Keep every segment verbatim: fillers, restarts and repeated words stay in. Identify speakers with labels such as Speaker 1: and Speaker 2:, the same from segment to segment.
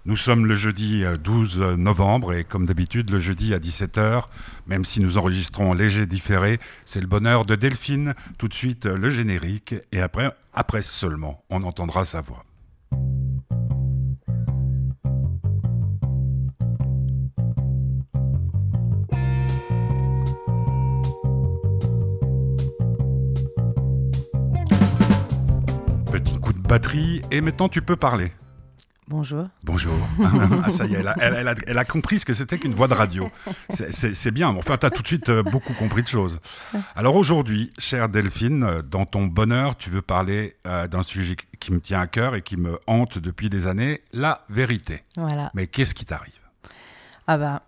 Speaker 1: Nous sommes le jeudi douze novembre et comme d'habitude le jeudi à dix-sept heures, même si nous enregistrons en léger différé, c'est le bonheur de Delphine. Tout de suite le générique et après, après seulement on entendra sa voix. Petit coup de batterie et maintenant tu peux parler.
Speaker 2: Bonjour.
Speaker 1: Bonjour. Ah, ça y est, elle a, elle, elle, a, elle a compris ce que c'était qu'une voix de radio. C'est, c'est, c'est bien. Enfin, tu as tout de suite beaucoup compris de choses. Alors aujourd'hui, chère Delphine, dans ton bonheur, tu veux parler euh, d'un sujet qui me tient à cœur et qui me hante depuis des années, la vérité.
Speaker 2: Voilà.
Speaker 1: Mais qu'est-ce qui t'arrive ?
Speaker 2: Ah bah,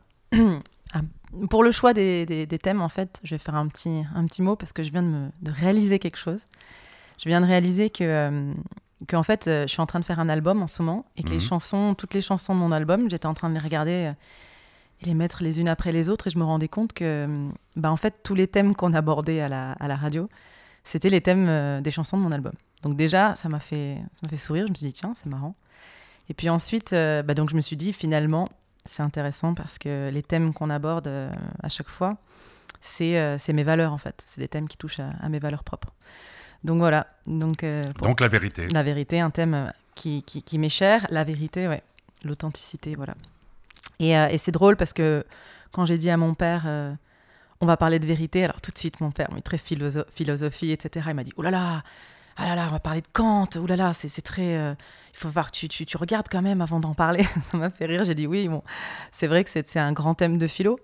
Speaker 2: pour le choix des, des, des thèmes, en fait, je vais faire un petit, un petit mot parce que je viens de, me, de réaliser quelque chose. Je viens de réaliser que... Euh, qu'en fait, euh, je suis en train de faire un album en ce moment et que mmh. les chansons, toutes les chansons de mon album, j'étais en train de les regarder euh, et les mettre les unes après les autres et je me rendais compte que, bah, en fait, tous les thèmes qu'on abordait à la, à la radio, c'était les thèmes euh, des chansons de mon album. Donc déjà, ça m'a fait, ça m'a fait sourire, je me suis dit, tiens, c'est marrant. Et puis ensuite, euh, bah, donc je me suis dit, finalement, c'est intéressant parce que les thèmes qu'on aborde euh, à chaque fois, c'est, euh, c'est mes valeurs, en fait. C'est des thèmes qui touchent à, à mes valeurs propres. Donc voilà. Donc, euh,
Speaker 1: Donc la vérité.
Speaker 2: La vérité, un thème qui, qui, qui m'est cher. La vérité, ouais. L'authenticité, voilà. Et, euh, et c'est drôle parce que quand j'ai dit à mon père, euh, on va parler de vérité, alors tout de suite, mon père, mais très philosophe, philosophie, et cetera, il m'a dit, oh là là, ah là là, on va parler de Kant, oh là là, c'est, c'est très... Euh, il faut voir que tu, tu, tu regardes quand même avant d'en parler. Ça m'a fait rire, j'ai dit oui, bon, c'est vrai que c'est, c'est un grand thème de philo.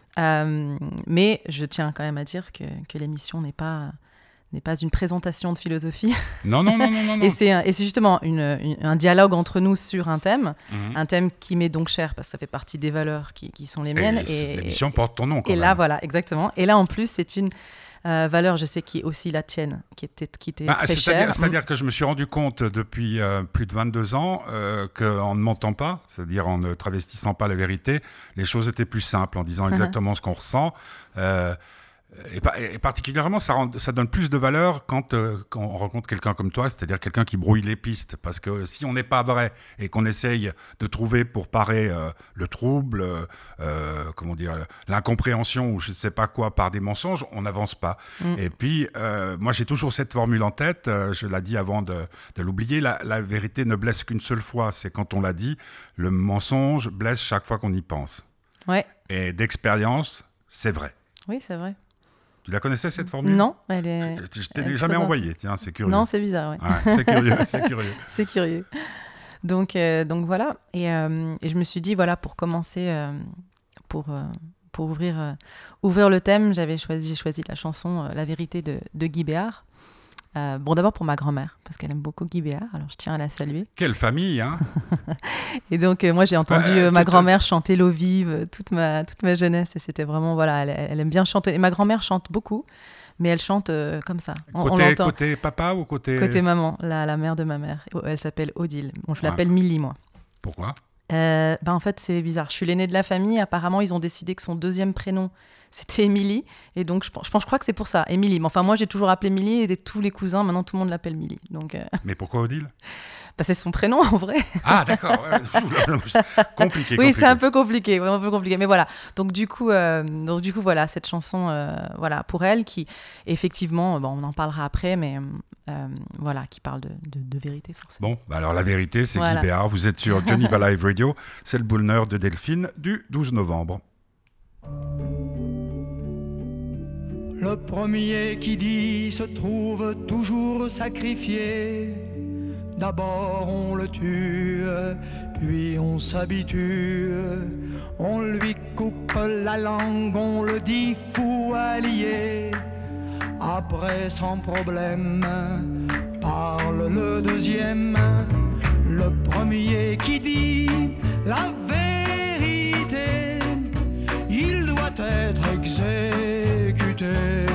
Speaker 2: Euh, mais je tiens quand même à dire que, que l'émission n'est pas... n'est pas une présentation de philosophie.
Speaker 1: Non, non, non, non, non.
Speaker 2: et, c'est, et c'est justement une, une, un dialogue entre nous sur un thème, mmh. un thème qui m'est donc cher parce que ça fait partie des valeurs qui, qui sont les miennes.
Speaker 1: Et, et l'émission
Speaker 2: et,
Speaker 1: porte ton nom, quand
Speaker 2: et
Speaker 1: même.
Speaker 2: Et là, voilà, exactement. Et là, en plus, c'est une euh, valeur, je sais, qui est aussi la tienne, qui était, qui était
Speaker 1: bah,
Speaker 2: très
Speaker 1: c'est-à-dire,
Speaker 2: chère.
Speaker 1: C'est-à-dire mmh. que je me suis rendu compte depuis euh, plus de vingt-deux ans euh, qu'en ne mentant pas, c'est-à-dire en ne travestissant pas la vérité, les choses étaient plus simples, en disant exactement mmh. ce qu'on ressent. Euh, Et, et particulièrement, ça, rend, ça donne plus de valeur quand, euh, quand on rencontre quelqu'un comme toi, c'est-à-dire quelqu'un qui brouille les pistes. Parce que si on n'est pas vrai et qu'on essaye de trouver pour parer euh, le trouble, euh, comment dire, l'incompréhension ou je ne sais pas quoi par des mensonges, on n'avance pas. Mmh. Et puis, euh, moi, j'ai toujours cette formule en tête, euh, je l'ai dit avant de, de l'oublier, la, la vérité ne blesse qu'une seule fois. C'est quand on l'a dit, le mensonge blesse chaque fois qu'on y pense.
Speaker 2: Ouais.
Speaker 1: Et d'expérience, c'est vrai.
Speaker 2: Oui, c'est vrai.
Speaker 1: Tu la connaissais, cette formule ?
Speaker 2: Non, elle est...
Speaker 1: Je, je t'ai jamais envoyée, tiens, c'est curieux.
Speaker 2: Non, c'est bizarre, oui.
Speaker 1: Ouais, c'est curieux, c'est curieux.
Speaker 2: C'est curieux. Donc, euh, donc voilà, et, euh, et je me suis dit, voilà, pour commencer, euh, pour, euh, pour ouvrir, euh, ouvrir le thème, j'avais choisi, j'ai choisi la chanson euh, « La vérité » de, de Guy Béard. Euh, bon, d'abord pour ma grand-mère, parce qu'elle aime beaucoup Guy Béard, alors je tiens à la saluer.
Speaker 1: Quelle famille, hein.
Speaker 2: Et donc, euh, moi, j'ai entendu euh, ma grand-mère chanter l'eau vive toute ma, toute ma jeunesse, et c'était vraiment, voilà, elle, elle aime bien chanter. Et ma grand-mère chante beaucoup, mais elle chante euh, comme ça. On,
Speaker 1: côté,
Speaker 2: on l'entend.
Speaker 1: Côté papa ou côté...
Speaker 2: Côté maman, la, la mère de ma mère. Elle s'appelle Odile. Bon, je l'appelle ouais. Milly, moi.
Speaker 1: Pourquoi ?
Speaker 2: Euh, ben en fait, c'est bizarre. Je suis l'aînée de la famille. Apparemment, ils ont décidé que son deuxième prénom, c'était Émilie. Et donc, je pense, je pense, je crois que c'est pour ça, Émilie. Mais enfin, moi, j'ai toujours appelé Milly et tous les cousins, maintenant, tout le monde l'appelle Milly. Donc, euh...
Speaker 1: Mais pourquoi Odile ?
Speaker 2: Bah, c'est son prénom, en vrai.
Speaker 1: Ah, d'accord. Ouais. compliqué,
Speaker 2: Oui,
Speaker 1: compliqué.
Speaker 2: c'est un peu compliqué, un peu compliqué. Mais voilà. Donc, du coup, euh, donc, du coup voilà, cette chanson, euh, voilà, pour elle, qui, effectivement, bon, on en parlera après, mais euh, voilà, qui parle de, de, de vérité, forcément.
Speaker 1: Bon, bah alors, la vérité, c'est
Speaker 2: voilà.
Speaker 1: Guy Béard. Vous êtes sur Geneva Live Radio. C'est le bonheur de Delphine du douze novembre.
Speaker 3: Le premier qui dit se trouve toujours sacrifié. D'abord on le tue, puis on s'habitue. On lui coupe la langue, on le dit fou allié. Après sans problème, parle le deuxième. Le premier qui dit la vérité, il doit être exécuté.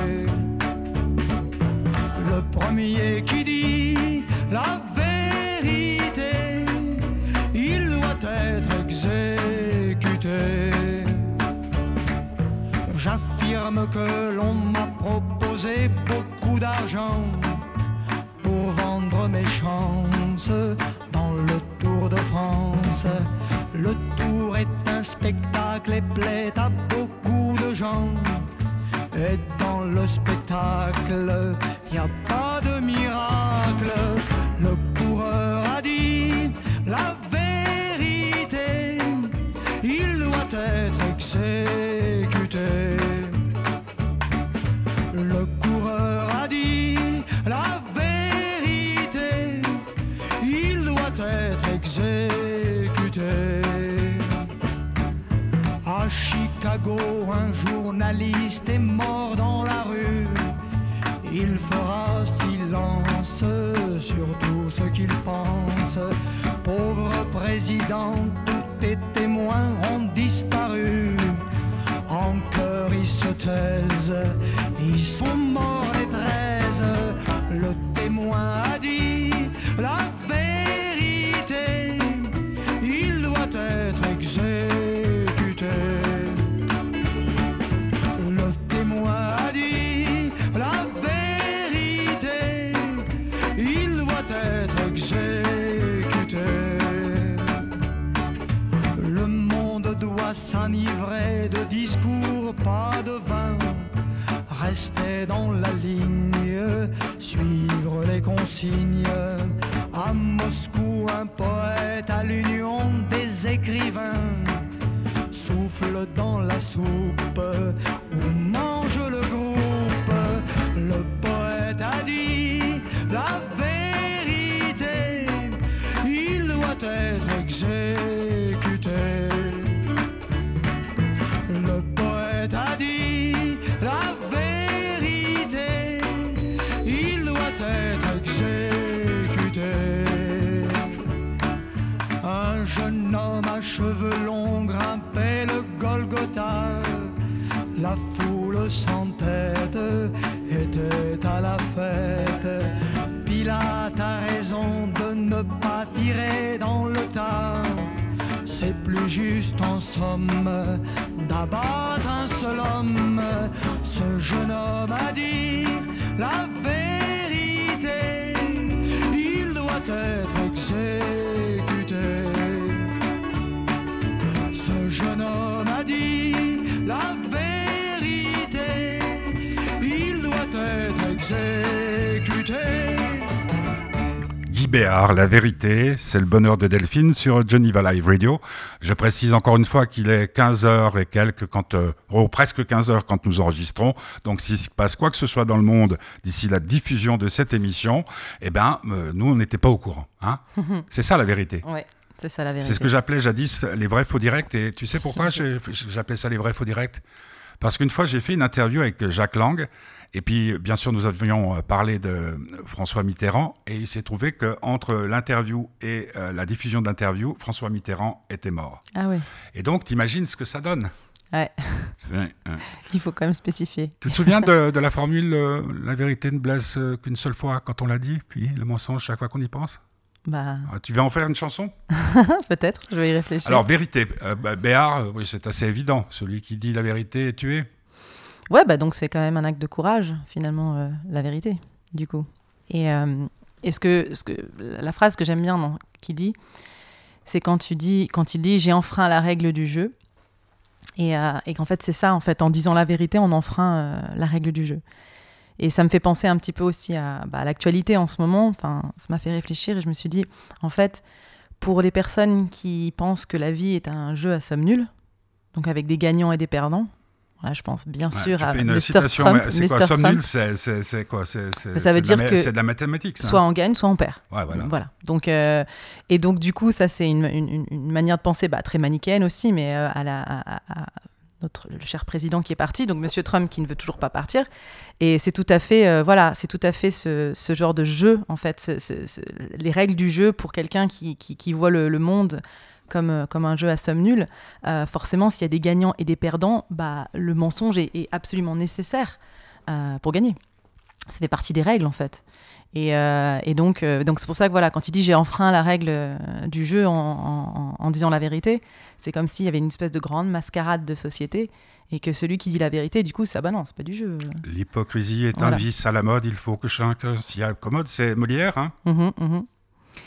Speaker 3: Le premier qui dit la vérité, il doit être exécuté. J'affirme que l'on m'a proposé beaucoup d'argent pour vendre mes chances dans le Tour de France. Le tour est un spectacle et plaît à beaucoup de gens. Et dans le spectacle, y a pas de miracle. Le coureur a dit la vérité, il doit être exécuté. Le coureur a dit la vérité, il doit être exécuté. À Chicago, un journaliste est mort dans la rue. Il fera silence sur tout ce qu'il pense. Pauvre président, tous tes témoins ont disparu. En chœur ils se taisent, ils sont morts les treize. Le témoin a dit la vérité, il doit être exécuté. Le témoin a dit la vérité, il doit être exécuté. Le monde doit s'enivrer de discours, pas de vin. Rester dans la ligne, suivre les consignes. À Moscou, un poète à l'union des écrivains souffle dans la soupe où mange le groupe. Le poète a dit la vérité, il doit être exécuté. Le poète a dit la vérité, il doit être exécuté. Un jeune homme à cheveux longs grimpait le Golgotha. La foule sans tête était à la fête. Pilate a raison de ne pas tirer dans le tas. C'est plus juste en somme d'abattre un seul homme. Ce jeune homme a dit la vérité, il doit être exécuté. Ce jeune homme a dit la vérité, il doit être exécuté.
Speaker 1: Guy Béard, La Vérité, c'est le bonheur de Delphine sur Geneva Live Radio. Je précise encore une fois qu'il est quinze heures et quelques, quand, euh, oh, presque quinze heures quand nous enregistrons. Donc s'il se passe quoi que ce soit dans le monde d'ici la diffusion de cette émission, eh ben, euh, nous, on n'était pas au courant. Hein. C'est ça la vérité.
Speaker 2: Ouais, c'est ça la vérité.
Speaker 1: C'est ce que j'appelais jadis les vrais faux directs. Et tu sais pourquoi j'ai, j'appelais ça les vrais faux directs ? Parce qu'une fois, j'ai fait une interview avec Jacques Lang. Et puis, bien sûr, nous avions parlé de François Mitterrand et il s'est trouvé qu'entre l'interview et euh, la diffusion d'interview, François Mitterrand était mort.
Speaker 2: Ah oui.
Speaker 1: Et donc, t'imagines ce que ça donne.
Speaker 2: Ouais.
Speaker 1: Ouais, ouais.
Speaker 2: Il faut quand même spécifier.
Speaker 1: Tu te souviens de, de la formule euh, « La vérité ne blesse euh, qu'une seule fois quand on l'a dit, puis le mensonge chaque fois qu'on y pense » ?
Speaker 2: Bah...
Speaker 1: Tu vas en faire une chanson ?
Speaker 2: Peut-être, je vais y réfléchir.
Speaker 1: Alors, vérité. Euh, bah, Béard, oui, c'est assez évident. Celui qui dit la vérité est tué.
Speaker 2: Ouais, bah donc c'est quand même un acte de courage, finalement, euh, la vérité, du coup. Et, euh, et ce que, ce que, la phrase que j'aime bien, non, qui dit, c'est quand, tu dis, quand il dit « j'ai enfreint la règle du jeu », et, euh, et qu'en fait, c'est ça, en fait, en disant la vérité, on enfreint euh, la règle du jeu. Et ça me fait penser un petit peu aussi à, bah, à l'actualité en ce moment, enfin, ça m'a fait réfléchir et je me suis dit, en fait, pour les personnes qui pensent que la vie est un jeu à somme nulle, donc avec des gagnants et des perdants, là, je pense bien sûr
Speaker 1: ouais,
Speaker 2: à
Speaker 1: mister
Speaker 2: citation, Trump.
Speaker 1: C'est quoi, somme nulle, c'est, c'est, c'est quoi c'est, c'est,
Speaker 2: Ça veut
Speaker 1: c'est
Speaker 2: dire
Speaker 1: la,
Speaker 2: que
Speaker 1: c'est de la mathématique, ça.
Speaker 2: Soit on gagne, soit on perd.
Speaker 1: Ouais, voilà.
Speaker 2: voilà. Donc, euh, et donc, du coup, ça, c'est une, une, une manière de penser bah, très manichéenne aussi, mais euh, à, la, à, à notre, le cher président qui est parti, donc monsieur Trump qui ne veut toujours pas partir. Et c'est tout à fait, euh, voilà, c'est tout à fait ce, ce genre de jeu, en fait, c'est, c'est, c'est les règles du jeu pour quelqu'un qui, qui, qui voit le, le monde Comme, comme un jeu à somme nulle, euh, forcément, s'il y a des gagnants et des perdants, bah, le mensonge est, est absolument nécessaire euh, pour gagner. Ça fait partie des règles, en fait. Et, euh, et donc, euh, donc, c'est pour ça que voilà, quand il dit « j'ai enfreint la règle euh, du jeu en, en, en disant la vérité », c'est comme s'il y avait une espèce de grande mascarade de société et que celui qui dit la vérité, du coup, ça, bah non, c'est pas du jeu.
Speaker 1: L'hypocrisie est
Speaker 2: voilà.
Speaker 1: un vice à la mode, il faut que chacun s'y accommode. C'est Molière, hein ?
Speaker 2: Mmh, mmh.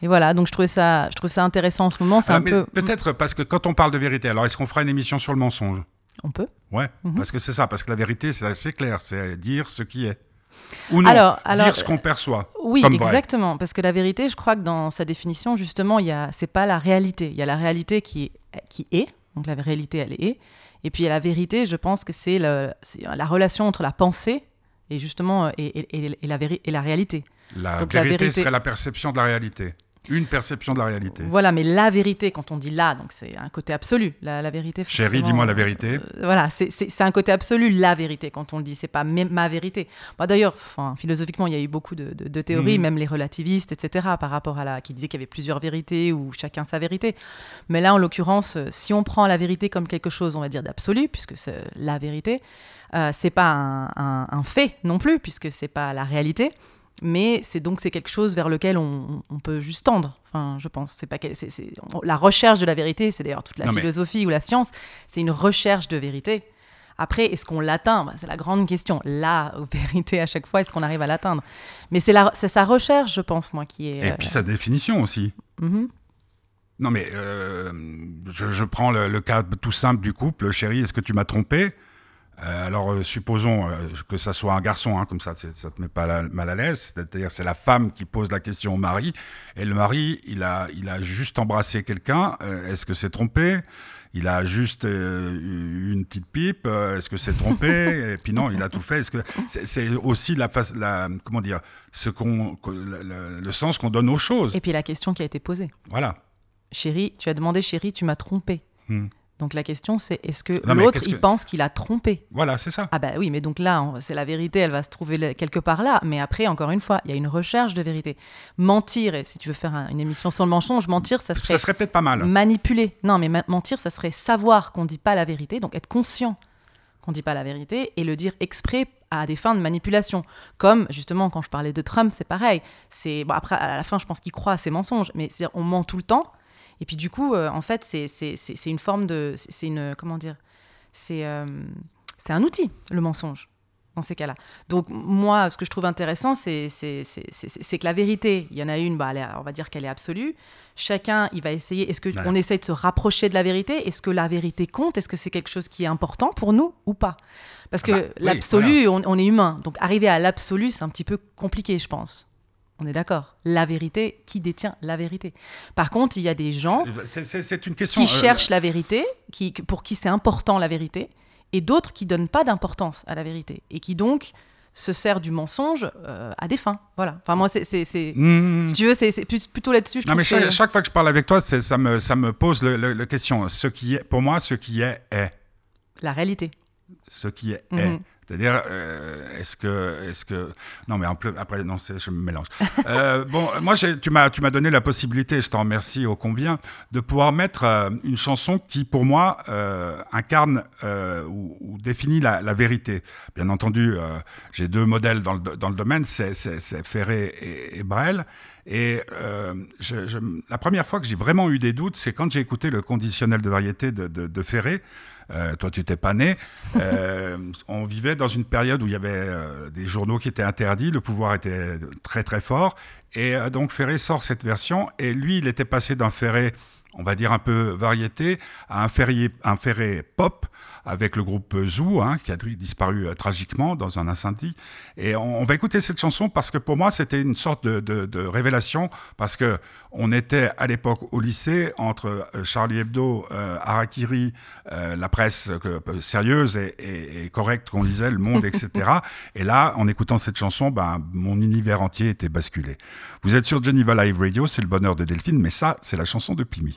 Speaker 2: Et voilà, donc je trouvais ça, je trouve ça intéressant en ce moment. C'est
Speaker 1: ah,
Speaker 2: un peu...
Speaker 1: Peut-être parce que quand on parle de vérité, alors est-ce qu'on fera une émission sur le mensonge ?
Speaker 2: On peut.
Speaker 1: Ouais,
Speaker 2: mm-hmm.
Speaker 1: parce que c'est ça, parce que la vérité, c'est assez clair, c'est dire ce qui est. Ou non,
Speaker 2: alors, alors,
Speaker 1: dire ce qu'on perçoit.
Speaker 2: Oui,
Speaker 1: comme
Speaker 2: exactement,
Speaker 1: vrai.
Speaker 2: Parce que la vérité, je crois que dans sa définition, justement, il y a, c'est pas la réalité. Il y a la réalité qui est, qui est, donc la réalité, elle est. Et puis il y a la vérité, je pense que c'est, le, c'est la relation entre la pensée et justement et, et, et, et, la, véri- et la réalité.
Speaker 1: La
Speaker 2: donc,
Speaker 1: vérité,
Speaker 2: la vérité
Speaker 1: serait la perception de la réalité. Une perception de la réalité.
Speaker 2: Voilà, mais la vérité, quand on dit là, donc c'est un côté absolu. La, la vérité.
Speaker 1: Chérie, dis-moi la vérité.
Speaker 2: Euh, voilà, c'est, c'est, c'est un côté absolu, la vérité. Quand on le dit, c'est pas m- ma vérité. Bah, d'ailleurs, enfin, philosophiquement, il y a eu beaucoup de, de, de théories, mmh. même les relativistes, et cetera, par rapport à la, qui disaient qu'il y avait plusieurs vérités ou chacun sa vérité. Mais là, en l'occurrence, si on prend la vérité comme quelque chose, on va dire d'absolu, puisque c'est la vérité, euh, c'est pas un, un, un fait non plus, puisque c'est pas la réalité. Mais c'est donc c'est quelque chose vers lequel on, on peut juste tendre. Enfin, je pense. C'est pas c'est, c'est, on, la recherche de la vérité, c'est d'ailleurs toute la non philosophie mais... ou la science. C'est une recherche de vérité. Après, est-ce qu'on l'atteint ? Bah, c'est la grande question. La vérité à chaque fois, est-ce qu'on arrive à l'atteindre ? Mais c'est, la, c'est sa recherche, je pense, moi, qui est.
Speaker 1: Et euh... puis sa définition aussi.
Speaker 2: Mm-hmm.
Speaker 1: Non, mais euh, je, je prends le, le cas tout simple du couple. Chérie, est-ce que tu m'as trompé ? Euh, alors, euh, supposons euh, que ça soit un garçon, hein, comme ça, ça ne te met pas la, mal à l'aise. C'est-à-dire, c'est la femme qui pose la question au mari, et le mari, il a, il a juste embrassé quelqu'un. Euh, est-ce que c'est trompé ? Il a juste euh, une petite pipe. Euh, est-ce que c'est trompé ? Et puis non, il a tout fait. Est-ce que c'est, c'est aussi la, face, la, comment dire, ce qu'on, le, le, le sens qu'on donne aux choses.
Speaker 2: Et puis la question qui a été posée.
Speaker 1: Voilà.
Speaker 2: Chérie, tu as demandé, chérie, tu m'as trompé.
Speaker 1: Hmm.
Speaker 2: Donc la question, c'est est-ce que
Speaker 1: non,
Speaker 2: l'autre,
Speaker 1: que...
Speaker 2: il pense qu'il a trompé ?
Speaker 1: Voilà, c'est ça.
Speaker 2: Ah bah oui, mais donc là, on, c'est la vérité, elle va se trouver quelque part là. Mais après, encore une fois, il y a une recherche de vérité. Mentir, et si tu veux faire un, une émission sur le mensonge, mentir, ça serait...
Speaker 1: Ça serait peut-être pas mal.
Speaker 2: Manipuler. Non, mais ma- mentir, ça serait savoir qu'on ne dit pas la vérité, donc être conscient qu'on ne dit pas la vérité, et le dire exprès à des fins de manipulation. Comme, justement, quand je parlais de Trump, c'est pareil. C'est... Bon, après, à la fin, je pense qu'il croit à ses mensonges, mais c'est-à-dire, on ment tout le temps. Et puis du coup, euh, en fait, c'est, c'est, c'est, c'est une forme de... C'est une... Comment dire ? C'est, euh, c'est un outil, le mensonge, dans ces cas-là. Donc moi, ce que je trouve intéressant, c'est, c'est, c'est, c'est, c'est que la vérité, il y en a une, bah, elle est, on va dire qu'elle est absolue. Chacun, il va essayer... Est-ce qu'on ouais. essaie de se rapprocher de la vérité ? Est-ce que la vérité compte ? Est-ce que c'est quelque chose qui est important pour nous ou pas ? Parce que ah bah, l'absolu, oui, voilà. on, on est humain. Donc arriver à l'absolu, c'est un petit peu compliqué, je pense. On est d'accord. La vérité, qui détient la vérité ? Par contre, il y a des gens
Speaker 1: c'est, c'est, c'est une question,
Speaker 2: qui euh... cherchent la vérité, qui, pour qui c'est important la vérité, et d'autres qui ne donnent pas d'importance à la vérité, et qui donc se servent du mensonge euh, à des fins. Voilà. Enfin, moi, c'est, c'est, c'est... Mmh. si tu veux, c'est, c'est plutôt là-dessus. Je
Speaker 1: non, mais chaque,
Speaker 2: que...
Speaker 1: chaque fois que je parle avec toi, c'est, ça, me, ça me pose le, le, la question. Ce qui est, pour moi, ce qui est, est.
Speaker 2: La réalité.
Speaker 1: Ce qui est,
Speaker 2: mmh.
Speaker 1: est. C'est-à-dire, euh, est-ce que, est-ce que, non mais en plus, après, non, c'est, je me mélange. euh, bon, moi, j'ai, tu m'as, tu m'as donné la possibilité, je t'en remercie ô combien, de pouvoir mettre euh, une chanson qui, pour moi, euh, incarne euh, ou, ou définit la, la vérité. Bien entendu, euh, j'ai deux modèles dans le, dans le domaine, c'est, c'est, c'est Ferré et, et Brel. Et euh, je, je, la première fois que j'ai vraiment eu des doutes, c'est quand j'ai écouté le conditionnel de variété de, de, de Ferré. Euh, toi, tu n'étais pas né. Euh, on vivait dans une période où il y avait euh, des journaux qui étaient interdits, le pouvoir était très très fort. Et euh, donc Ferré sort cette version. Et lui, il était passé d'un Ferré, on va dire un peu variété, à un Ferré, un Ferré pop, avec le groupe Zou, hein, qui a disparu euh, tragiquement dans un incendie. Et on, on va écouter cette chanson parce que pour moi, c'était une sorte de, de, de révélation, parce que on était à l'époque au lycée, entre euh, Charlie Hebdo, euh, Harakiri, euh, la presse euh, sérieuse et, et, et correcte qu'on lisait, Le Monde, et cetera. Et là, en écoutant cette chanson, ben, mon univers entier était basculé. Vous êtes sur Geneva Live Radio, c'est le bonheur de Delphine, mais ça, c'est la chanson de Pimi.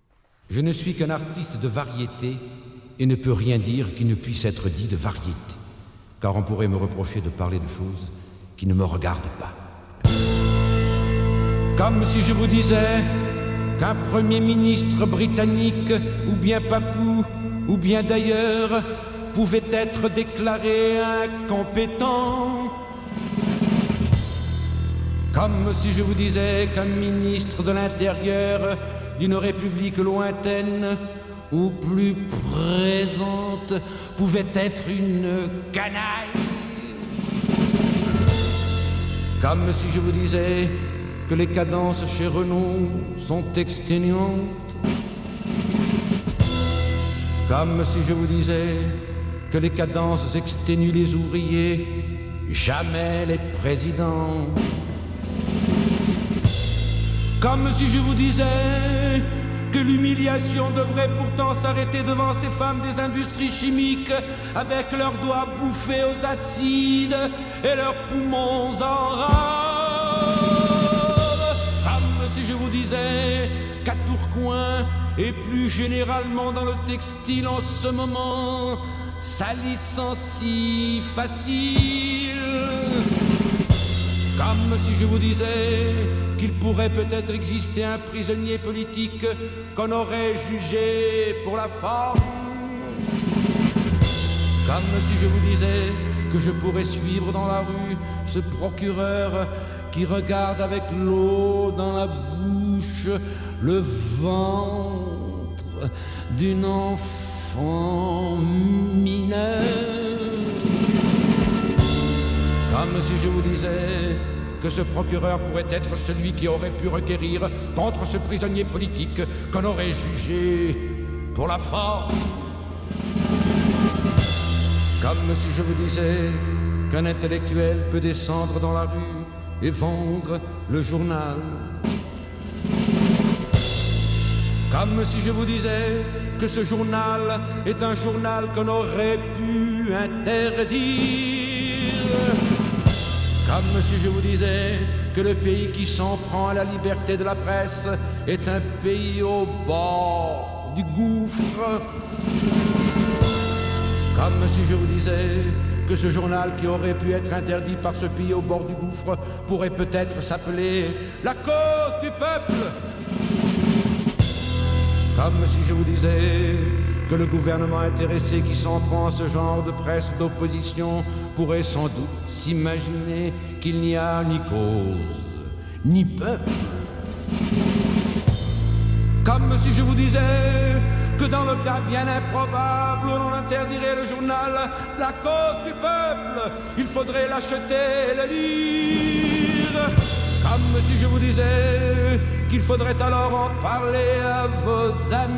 Speaker 4: Je ne suis qu'un artiste de variété et ne peut rien dire qui ne puisse être dit de variété, car on pourrait me reprocher de parler de choses qui ne me regardent pas. Comme si je vous disais qu'un premier ministre britannique, ou bien papou, ou bien d'ailleurs, pouvait être déclaré incompétent. Comme si je vous disais qu'un ministre de l'Intérieur d'une république lointaine ou plus présente pouvait être une canaille. Comme si je vous disais que les cadences chez Renault sont exténuantes. Comme si je vous disais que les cadences exténuent les ouvriers, jamais les présidents. Comme si je vous disais que l'humiliation devrait pourtant s'arrêter devant ces femmes des industries chimiques avec leurs doigts bouffés aux acides et leurs poumons en rade. Comme si je vous disais qu'à Tourcoing et plus généralement dans le textile en ce moment, ça licencie facile. Comme si je vous disais qu'il pourrait peut-être exister un prisonnier politique qu'on aurait jugé pour la forme. Comme si je vous disais que je pourrais suivre dans la rue ce procureur qui regarde avec l'eau dans la bouche le ventre d'une enfant mineure. Comme si je vous disais que ce procureur pourrait être celui qui aurait pu requérir contre ce prisonnier politique qu'on aurait jugé pour la forme. Comme si je vous disais qu'un intellectuel peut descendre dans la rue et vendre le journal. Comme si je vous disais que ce journal est un journal qu'on aurait pu interdire. Comme si je vous disais que le pays qui s'en prend à la liberté de la presse est un pays au bord du gouffre. Comme si je vous disais que ce journal qui aurait pu être interdit par ce pays au bord du gouffre pourrait peut-être s'appeler La Cause du Peuple. Comme si je vous disais que le gouvernement intéressé qui s'en prend à ce genre de presse d'opposition pourrait sans doute s'imaginer qu'il n'y a ni cause, ni peuple. Comme si je vous disais que dans le cas bien improbable où l'on interdirait le journal La Cause du Peuple, il faudrait l'acheter et le lire. Comme si je vous disais qu'il faudrait alors en parler à vos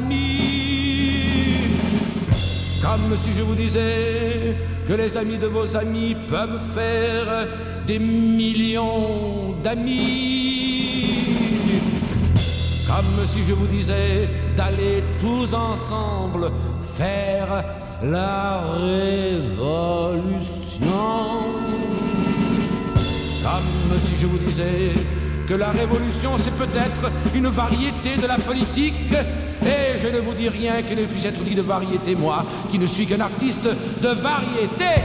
Speaker 4: amis. Comme si je vous disais que les amis de vos amis peuvent faire des millions d'amis. Comme si je vous disais d'aller tous ensemble faire la révolution. Comme si je vous disais que la révolution c'est peut-être une variété de la politique. Et je ne vous dis rien qui ne puisse être dit de variété, moi, qui ne suis qu'un artiste de variété.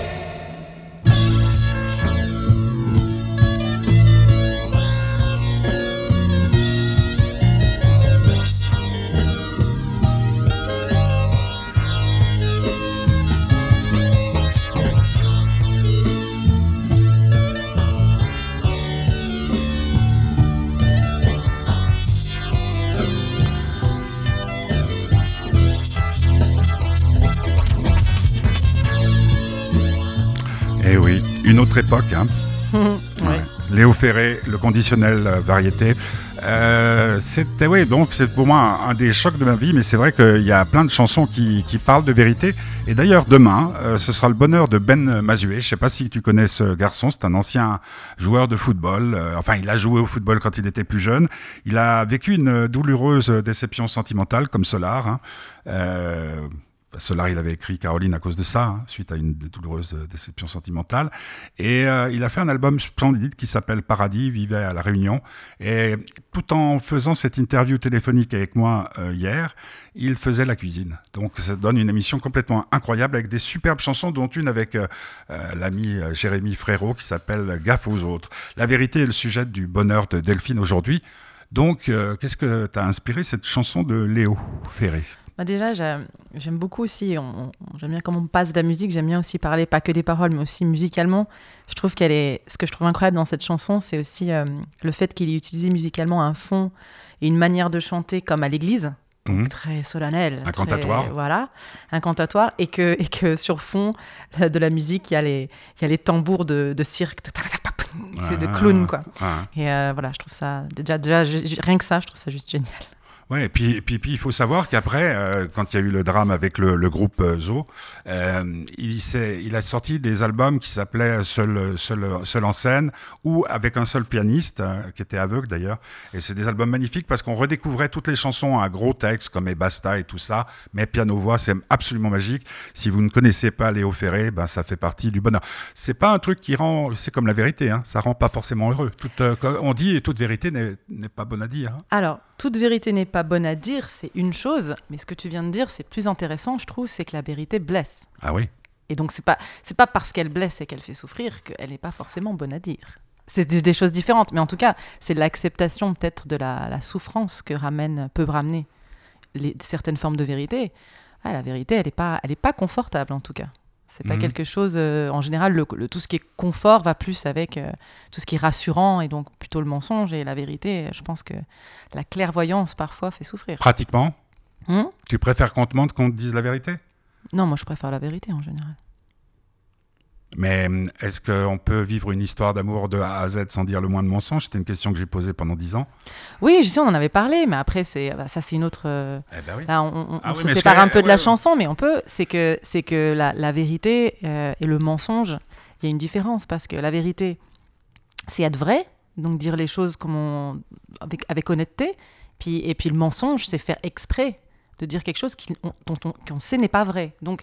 Speaker 1: Eh oui, une autre époque. Hein.
Speaker 2: Mmh,
Speaker 1: ouais.
Speaker 2: ouais.
Speaker 1: Léo Ferré, le conditionnel euh, variété. Euh, c'était, oui, donc c'est pour moi un, un des chocs de ma vie, mais c'est vrai qu'il y a plein de chansons qui, qui parlent de vérité. Et d'ailleurs, demain, euh, ce sera le bonheur de Ben Mazué. Je ne sais pas si tu connais ce garçon, c'est un ancien joueur de football. Euh, enfin, il a joué au football quand il était plus jeune. Il a vécu une douloureuse déception sentimentale, comme Solar. Hein. Euh, Solar, il avait écrit Caroline à cause de ça, hein, suite à une douloureuse déception sentimentale. Et euh, il a fait un album splendide qui s'appelle Paradis, vivait à La Réunion. Et tout en faisant cette interview téléphonique avec moi euh, hier, il faisait la cuisine. Donc ça donne une émission complètement incroyable avec des superbes chansons, dont une avec euh, euh, l'ami euh, Jérémy Frérot qui s'appelle Gaffe aux autres. La vérité est le sujet du bonheur de Delphine aujourd'hui. Donc, euh, qu'est-ce que t'as inspiré cette chanson de Léo Ferré ?
Speaker 2: Bah déjà, j'aime, j'aime beaucoup aussi, on, on, j'aime bien comment on passe de la musique, j'aime bien aussi parler pas que des paroles, mais aussi musicalement. Je trouve qu'elle est, ce que je trouve incroyable dans cette chanson, c'est aussi euh, le fait qu'il ait utilisé musicalement un fond et une manière de chanter comme à l'église, donc mmh. très solennel.
Speaker 1: Un
Speaker 2: très,
Speaker 1: cantatoire.
Speaker 2: Voilà, un cantatoire, et que, et que sur fond de la musique, il y a les, il y a les tambours de, de cirque. c'est de clown, quoi.
Speaker 1: Ah.
Speaker 2: Et euh, voilà, je trouve ça, déjà, déjà j- rien que ça, je trouve ça juste génial.
Speaker 1: Ouais, et puis, et puis, puis il faut savoir qu'après, euh, quand il y a eu le drame avec le, le groupe euh, Zo, euh, il, s'est, il a sorti des albums qui s'appelaient Seul, Seul, Seul en scène, ou avec un seul pianiste, euh, qui était aveugle d'ailleurs. Et c'est des albums magnifiques parce qu'on redécouvrait toutes les chansons à gros textes, comme Et Basta et tout ça, mais piano-voix, c'est absolument magique. Si vous ne connaissez pas Léo Ferré, ben, ça fait partie du bonheur. C'est pas un truc qui rend, c'est comme la vérité, hein, ça rend pas forcément heureux. Toute, euh, on dit, toute vérité n'est, n'est pas bonne à dire. Hein.
Speaker 2: Alors, toute vérité n'est pas bonne à dire, c'est une chose, mais ce que tu viens de dire, c'est plus intéressant, je trouve, c'est que la vérité blesse.
Speaker 1: Ah oui.
Speaker 2: Et donc, c'est pas, c'est pas parce qu'elle blesse et qu'elle fait souffrir qu'elle n'est pas forcément bonne à dire. C'est des, des choses différentes, mais en tout cas, c'est l'acceptation peut-être de la, la souffrance que ramène, peut ramener les, certaines formes de vérité. Ah, la vérité, elle n'est pas, elle est pas confortable, en tout cas. C'est pas mmh. quelque chose... Euh, en général, le, le, tout ce qui est confort va plus avec euh, tout ce qui est rassurant, et donc plutôt le mensonge. Et la vérité, je pense que la clairvoyance, parfois, fait souffrir.
Speaker 1: Pratiquement
Speaker 2: mmh
Speaker 1: Tu préfères qu'on te montre qu'on te dise la vérité ?
Speaker 2: Non, moi, je préfère la vérité, en général.
Speaker 1: Mais est-ce qu'on peut vivre une histoire d'amour de A à Z sans dire le moins de mensonge ? C'était une question que j'ai posée pendant dix ans.
Speaker 2: Oui, je sais, on en avait parlé, mais après, c'est, bah, ça, c'est une autre... Euh,
Speaker 1: eh ben oui.
Speaker 2: Là, on, on,
Speaker 1: ah
Speaker 2: on
Speaker 1: oui,
Speaker 2: se sépare un peu
Speaker 1: ouais,
Speaker 2: de la
Speaker 1: ouais.
Speaker 2: chanson, mais on peut. C'est que, c'est que la, la vérité euh, et le mensonge, il y a une différence, parce que la vérité, c'est être vrai, donc dire les choses comme on, avec, avec honnêteté, puis, et puis le mensonge, c'est faire exprès de dire quelque chose qui, on, dont on, qu'on sait n'est pas vrai. Donc,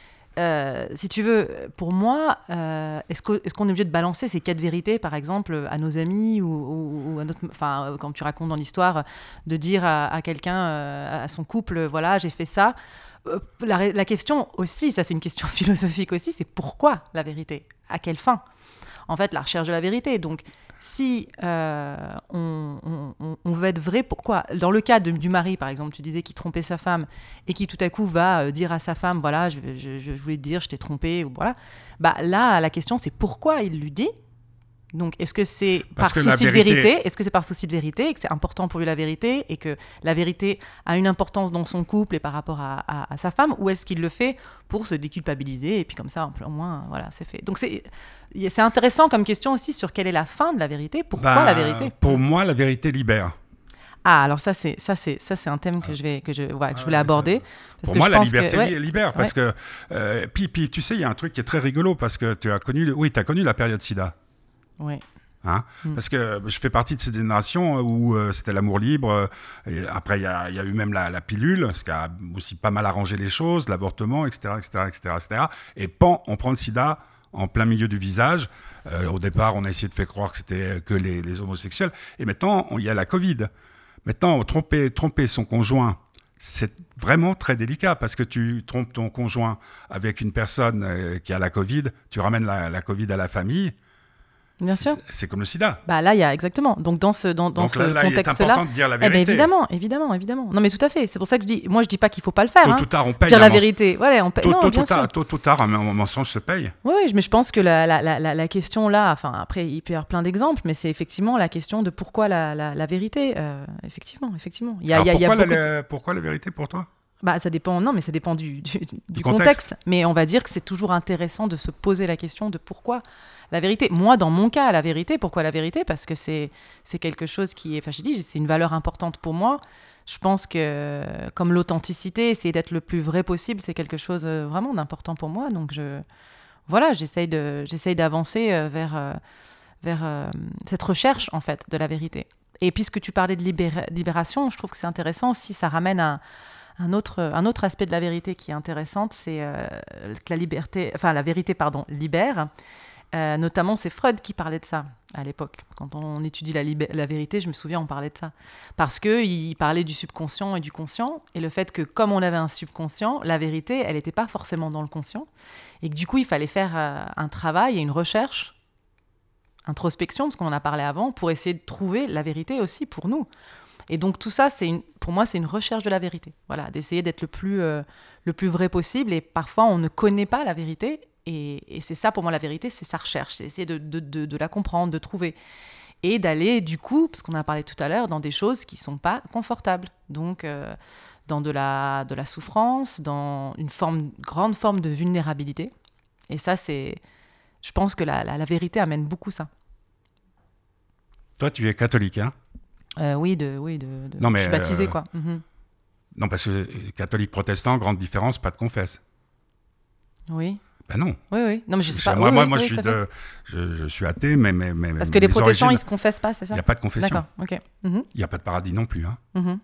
Speaker 2: Euh, si tu veux, pour moi, euh, est-ce, que, est-ce qu'on est obligé de balancer ces quatre vérités, par exemple, à nos amis ou, ou, ou à notre, enfin, quand tu racontes dans l'histoire, de dire à, à quelqu'un, euh, à son couple, voilà, j'ai fait ça. Euh, la, la question aussi, ça c'est une question philosophique aussi, c'est pourquoi la vérité ? À quelle fin ? En fait, la recherche de la vérité. Donc, si euh, on, on, on veut être vrai, pourquoi ? Dans le cas de, du mari, par exemple, tu disais qu'il trompait sa femme et qui tout à coup va euh, dire à sa femme, voilà, je, je, je voulais te dire, je t'ai trompé, ou voilà. Bah, là, la question, c'est pourquoi il lui dit ? Donc, est-ce que c'est
Speaker 1: Parce
Speaker 2: par
Speaker 1: que
Speaker 2: souci
Speaker 1: vérité...
Speaker 2: de vérité ? Est-ce que c'est par souci de vérité et que c'est important pour lui la vérité et que la vérité a une importance dans son couple et par rapport à, à, à sa femme ? Ou est-ce qu'il le fait pour se déculpabiliser et puis comme ça, au moins, voilà, c'est fait. Donc, c'est, c'est intéressant comme question aussi sur quelle est la fin de la vérité ? Pourquoi
Speaker 1: bah,
Speaker 2: la vérité ?
Speaker 1: Pour moi, la vérité libère.
Speaker 2: Ah, alors ça, c'est, ça, c'est, ça, c'est un thème que je, vais, que je, ouais, que je voulais
Speaker 1: ah,
Speaker 2: aborder. Parce
Speaker 1: pour
Speaker 2: que
Speaker 1: moi,
Speaker 2: je
Speaker 1: la
Speaker 2: pense
Speaker 1: liberté
Speaker 2: que, ouais,
Speaker 1: libère. Parce
Speaker 2: ouais.
Speaker 1: que, euh, puis, puis, tu sais, il y a un truc qui est très rigolo parce que tu as connu, oui, tu as connu la période SIDA.
Speaker 2: Oui.
Speaker 1: Hein mm. Parce que je fais partie de cette génération où euh, c'était l'amour libre. Euh, et après, il y, y a eu même la, la pilule, ce qui a aussi pas mal arrangé les choses, l'avortement, et cetera, et cetera, et cetera, et cetera. Et pan, on prend le sida en plein milieu du visage. Euh, au départ, on a essayé de faire croire que c'était que les, les homosexuels. Et maintenant, il y a la Covid. Maintenant, tromper, tromper son conjoint, c'est vraiment très délicat parce que tu trompes ton conjoint avec une personne euh, qui a la Covid, tu ramènes la, la Covid à la famille.
Speaker 2: Bien sûr.
Speaker 1: C'est, c'est comme le sida.
Speaker 2: Bah là, il y a exactement. Donc dans ce dans, dans
Speaker 1: Donc
Speaker 2: ce
Speaker 1: là, là,
Speaker 2: contexte-là,
Speaker 1: il est important de dire la vérité.
Speaker 2: Eh ben évidemment, évidemment, évidemment. Non mais tout à fait. C'est pour ça que je dis. Moi, je dis pas qu'il faut pas le faire.
Speaker 1: Tôt
Speaker 2: hein.
Speaker 1: ou tard, on paye.
Speaker 2: Dire la
Speaker 1: mens...
Speaker 2: vérité. Voilà, on paye.
Speaker 1: Tôt,
Speaker 2: non,
Speaker 1: tôt,
Speaker 2: bien
Speaker 1: tôt,
Speaker 2: sûr.
Speaker 1: tard, tôt, tôt tard, un mensonge se paye.
Speaker 2: Oui, oui, mais je pense que la, la, la, la, la question là, enfin après, il peut y avoir plein d'exemples, mais c'est effectivement la question de pourquoi la, la, la vérité. Euh, effectivement, effectivement. Il y a,
Speaker 1: Alors,
Speaker 2: il y a,
Speaker 1: pourquoi,
Speaker 2: il y a
Speaker 1: la,
Speaker 2: de...
Speaker 1: pourquoi la vérité pour toi ?
Speaker 2: Bah, ça dépend, non, mais ça dépend du, du, du, du
Speaker 1: contexte.
Speaker 2: contexte. Mais on va dire que c'est toujours intéressant de se poser la question de pourquoi la vérité. Moi, dans mon cas, la vérité, pourquoi la vérité ? Parce que c'est, c'est quelque chose qui est, enfin, j'ai dit, c'est une valeur importante pour moi. Je pense que, comme l'authenticité, essayer d'être le plus vrai possible, c'est quelque chose vraiment d'important pour moi. Donc, je, voilà, j'essaye, de, j'essaye d'avancer vers, vers euh, cette recherche, en fait, de la vérité. Et puisque tu parlais de libéra- libération, je trouve que c'est intéressant aussi, ça ramène à Un autre, un autre aspect de la vérité qui est intéressante, c'est euh, que la liberté, enfin la vérité, pardon, libère. Euh, notamment, c'est Freud qui parlait de ça à l'époque. Quand on étudie la, libé- la vérité, je me souviens, on parlait de ça. Parce qu'il parlait du subconscient et du conscient, et le fait que, comme on avait un subconscient, la vérité, elle n'était pas forcément dans le conscient, et que du coup, il fallait faire euh, un travail et une recherche, introspection, parce qu'on en a parlé avant, pour essayer de trouver la vérité aussi pour nous. Et donc tout ça, c'est une, pour moi, c'est une recherche de la vérité. Voilà, d'essayer d'être le plus, euh, le plus vrai possible. Et parfois, on ne connaît pas la vérité. Et, et c'est ça, pour moi, la vérité, c'est sa recherche. C'est essayer de, de, de, de la comprendre, de trouver. Et d'aller, du coup, parce qu'on a parlé tout à l'heure, dans des choses qui ne sont pas confortables. Donc, euh, dans de la, de la souffrance, dans une forme, grande forme de vulnérabilité. Et ça, c'est... Je pense que la, la, la vérité amène beaucoup ça.
Speaker 1: Toi, tu es catholique, hein?
Speaker 2: Euh, oui, de, oui, de, de...
Speaker 1: Non, mais,
Speaker 2: je suis baptisée,
Speaker 1: euh,
Speaker 2: quoi. Mm-hmm.
Speaker 1: Non, parce que catholique protestant, grande différence, pas de confesse.
Speaker 2: Oui.
Speaker 1: Ben non.
Speaker 2: Oui, oui. Non, mais je sais
Speaker 1: Je-
Speaker 2: pas.
Speaker 1: Moi,
Speaker 2: oui,
Speaker 1: moi,
Speaker 2: oui,
Speaker 1: moi
Speaker 2: oui,
Speaker 1: je, suis
Speaker 2: tout à fait.
Speaker 1: de, je, je suis athée, mais... mais, mais
Speaker 2: Parce que les
Speaker 1: mes
Speaker 2: protestants,
Speaker 1: origines,
Speaker 2: ils se confessent pas, c'est ça?
Speaker 1: il n'y a pas de confession.
Speaker 2: D'accord, ok. Mhm,
Speaker 1: Il n'y a pas de paradis non plus. Hein.
Speaker 2: mhm.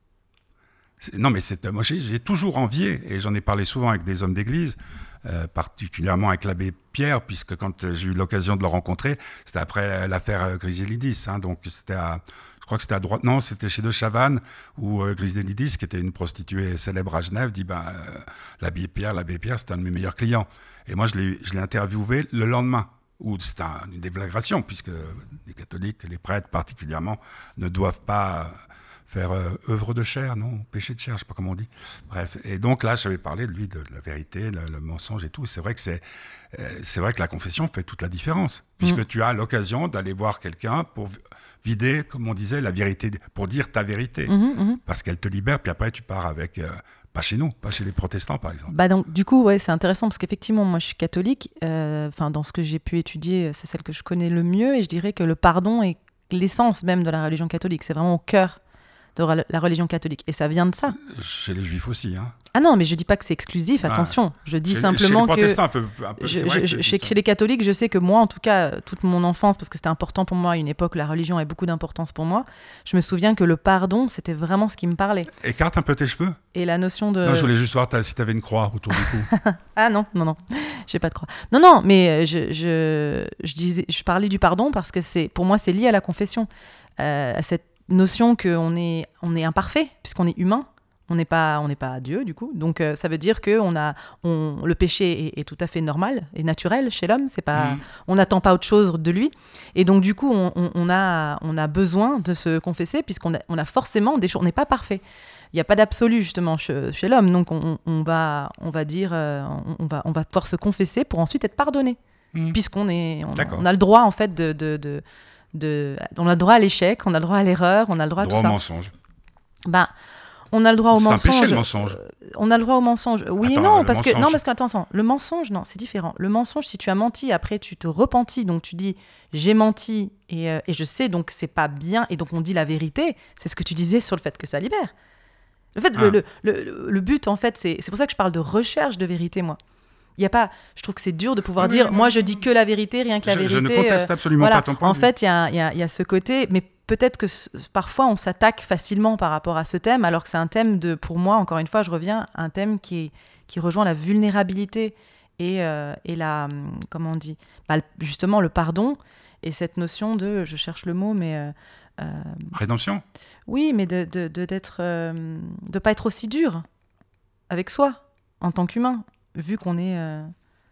Speaker 1: C'est- Non, mais c'est, moi, j'ai, j'ai toujours envié, et j'en ai parlé souvent avec des hommes d'église, euh, particulièrement avec l'abbé Pierre, puisque quand euh, j'ai eu l'occasion de le rencontrer, c'était après l'affaire euh, Griselidis. Hein, donc, c'était à... Je crois que c'était à droite. Non, c'était chez De Chavannes, où euh, Griselidis, qui était une prostituée célèbre à Genève, dit ben, euh, l'abbé Pierre, l'abbé Pierre, c'était un de mes meilleurs clients. Et moi, je l'ai, je l'ai interviewé le lendemain, où c'était un, une déflagration, puisque les catholiques, les prêtres particulièrement, ne doivent pas faire euh, œuvre de chair, non, péché de chair, je sais pas comment on dit. Bref, et donc là, j'avais parlé de lui, de la vérité, le, le mensonge et tout. Et c'est vrai que c'est, euh, c'est vrai que la confession fait toute la différence, puisque
Speaker 2: Mmh.
Speaker 1: tu as l'occasion d'aller voir quelqu'un pour vider, comme on disait, la vérité, pour dire ta vérité,
Speaker 2: Mhm, mhm.
Speaker 1: parce qu'elle te libère. Puis après, tu pars avec, euh, pas chez nous, pas chez les protestants, par exemple.
Speaker 2: Bah donc, du coup, ouais, c'est intéressant parce qu'effectivement, moi, je suis catholique. Enfin, dans ce que j'ai pu étudier, c'est celle que je connais le mieux. Et je dirais que le pardon est l'essence même de la religion catholique. C'est vraiment au cœur de re- la religion catholique. Et ça vient de ça.
Speaker 1: Chez les juifs aussi, hein.
Speaker 2: Ah non, mais je dis pas que c'est exclusif,
Speaker 1: Ah.
Speaker 2: attention. Je dis
Speaker 1: Chez-
Speaker 2: simplement
Speaker 1: chez les
Speaker 2: que...
Speaker 1: protestants, un peu, un peu,
Speaker 2: Je-
Speaker 1: c'est vrai
Speaker 2: je-
Speaker 1: que
Speaker 2: chez,
Speaker 1: c'est-
Speaker 2: chez les catholiques, je sais que moi, en tout cas, toute mon enfance, parce que c'était important pour moi à une époque, la religion avait beaucoup d'importance pour moi, je me souviens que le pardon, c'était vraiment ce qui me parlait.
Speaker 1: Écarte un peu tes cheveux.
Speaker 2: Et la notion de...
Speaker 1: Non, je voulais juste voir ta- si tu avais une croix autour du cou.
Speaker 2: Ah non, non, non, j'ai pas de croix. Non, non, mais euh, je, je, je, disais, je parlais du pardon parce que c'est, pour moi, c'est lié à la confession, euh, à cette notion qu'on est, on est imparfait, puisqu'on est humain. On n'est pas, on n'est pas Dieu, du coup. Donc, euh, ça veut dire que on a, on, le péché est, est tout à fait normal et naturel chez l'homme. C'est pas,
Speaker 1: Mhm.
Speaker 2: on n'attend pas autre chose de lui. Et donc, du coup, on, on, on a, on a besoin de se confesser puisqu'on a, on a forcément des choses. On n'est pas parfait. Il n'y a pas d'absolu, justement, chez, chez l'homme. Donc, on, on, va, on va dire, euh, on, va, on va pouvoir se confesser pour ensuite être pardonné.
Speaker 1: Mhm.
Speaker 2: Puisqu'on est, on,
Speaker 1: D'accord.
Speaker 2: on a le droit, en fait, de, de, de, de... On a le droit à l'échec, on a le droit à l'erreur, on a le droit à
Speaker 1: Droit
Speaker 2: tout
Speaker 1: au
Speaker 2: ça.
Speaker 1: mensonge.
Speaker 2: Ben, on a le droit au
Speaker 1: C'est un
Speaker 2: mensonge.
Speaker 1: péché, le mensonge.
Speaker 2: Euh, On a le droit au mensonge. Oui
Speaker 1: Attends,
Speaker 2: et non,
Speaker 1: le
Speaker 2: parce que
Speaker 1: mensonge.
Speaker 2: non, parce que attention, le mensonge, non, c'est différent. Le mensonge, si tu as menti, après tu te repentis, donc tu dis j'ai menti et, euh, et je sais donc c'est pas bien et donc on dit la vérité. C'est ce que tu disais sur le fait que ça libère. Le fait,
Speaker 1: Ah.
Speaker 2: le, le, le, le but en fait, c'est c'est pour ça que je parle de recherche de vérité, moi. Il y a pas, je trouve que c'est dur de pouvoir
Speaker 1: Oui,
Speaker 2: dire
Speaker 1: oui, oui,
Speaker 2: moi
Speaker 1: oui.
Speaker 2: je dis que la vérité, rien que la
Speaker 1: Je,
Speaker 2: vérité.
Speaker 1: je ne conteste
Speaker 2: euh,
Speaker 1: absolument
Speaker 2: voilà.
Speaker 1: pas ton point
Speaker 2: En
Speaker 1: de vue.
Speaker 2: fait, il y a, il y, a, il y a ce côté, mais peut-être que c- parfois on s'attaque facilement par rapport à ce thème, alors que c'est un thème de, pour moi, encore une fois, je reviens, un thème qui, est, qui rejoint la vulnérabilité et, euh, et la, hum, comment on dit, bah, le- justement le pardon et cette notion de, je cherche le mot, mais euh, euh,
Speaker 1: Rédemption.
Speaker 2: oui, mais de de, de d'être, euh, de pas être aussi dur avec soi en tant qu'humain, vu qu'on est euh,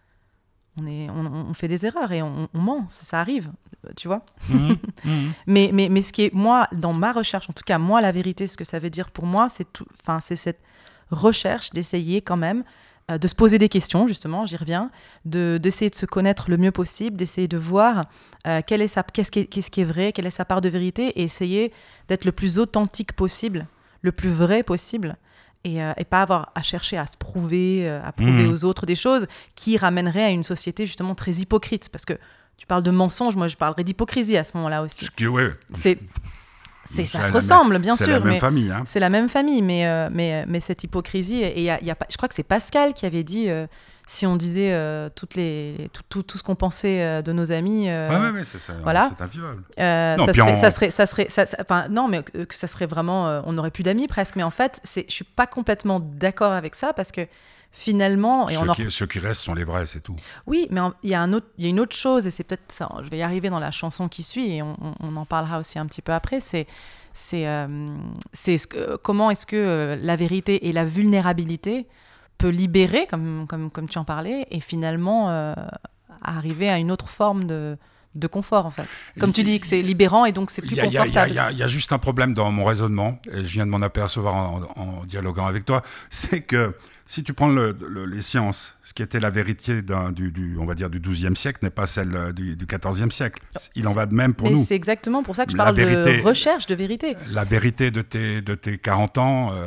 Speaker 2: on, est, on, on fait des erreurs et on, on ment, ça, ça arrive, tu vois.
Speaker 1: Mhm. Mhm.
Speaker 2: Mais, mais, mais ce qui est, moi, dans ma recherche, en tout cas, moi, la vérité, ce que ça veut dire pour moi, c'est tout, enfin, c'est cette recherche d'essayer quand même euh, de se poser des questions, justement, j'y reviens, de, d'essayer de se connaître le mieux possible, d'essayer de voir euh, quelle est sa, qu'est-ce, qui est, qu'est-ce qui est vrai, quelle est sa part de vérité, et essayer d'être le plus authentique possible, le plus vrai possible. Et, euh, et pas avoir à chercher à se prouver, euh, à prouver
Speaker 1: Mmh.
Speaker 2: aux autres des choses qui ramèneraient à une société justement très hypocrite. Parce que tu parles de mensonge, moi je parlerais d'hypocrisie à ce moment-là aussi.
Speaker 1: Ce qui, ouais,
Speaker 2: C'est, c'est,
Speaker 1: c'est
Speaker 2: ça
Speaker 1: la
Speaker 2: se
Speaker 1: même-
Speaker 2: ressemble, bien
Speaker 1: c'est
Speaker 2: sûr,
Speaker 1: la même
Speaker 2: mais
Speaker 1: famille. Hein.
Speaker 2: c'est la même famille. Mais, euh, mais, mais cette hypocrisie, et y a, y a pas, je crois que c'est Pascal qui avait dit, euh, si on disait euh, toutes les, tout, tout, tout ce qu'on pensait euh, de nos amis, euh,
Speaker 1: Ouais, ouais, ouais, c'est ça.
Speaker 2: voilà.
Speaker 1: C'est invivable.
Speaker 2: euh,
Speaker 1: Non,
Speaker 2: ça,
Speaker 1: puis
Speaker 2: serait,
Speaker 1: on-
Speaker 2: ça serait, ça serait, ça- ça- enfin, non, mais que que ça serait vraiment, euh, on n'aurait plus d'amis presque. Mais en fait, c'est, je suis pas complètement d'accord avec ça parce que finalement, et on
Speaker 1: Ceux
Speaker 2: en
Speaker 1: qui, ceux qui restent sont les vrais, c'est tout.
Speaker 2: oui, mais en- il y a un autre, il y a une autre chose, et c'est peut-être ça, je vais y arriver dans la chanson qui suit, et on, on- on en parlera aussi un petit peu après, c'est, c'est, euh, c'est ce que, comment est-ce que euh, la vérité et la vulnérabilité peut libérer, comme, comme, comme tu en parlais, et finalement euh, arriver à une autre forme de, de confort, en fait. Comme tu dis, que c'est libérant, et donc c'est plus
Speaker 1: Il y a- il y a- il y a-
Speaker 2: confortable.
Speaker 1: Il y, a- il y a juste un problème dans mon raisonnement, et je viens de m'en apercevoir en, en dialoguant avec toi, c'est que si tu prends le- le- les sciences, ce qui était la vérité d'un- du, du, on va dire, du douzième siècle n'est pas celle euh, du, du quatorzième siècle. Il en va de même pour
Speaker 2: Mais
Speaker 1: nous.
Speaker 2: c'est exactement pour ça que je
Speaker 1: La
Speaker 2: parle
Speaker 1: vérité-
Speaker 2: de recherche de vérité.
Speaker 1: La vérité de tes, de tes quarante ans, euh,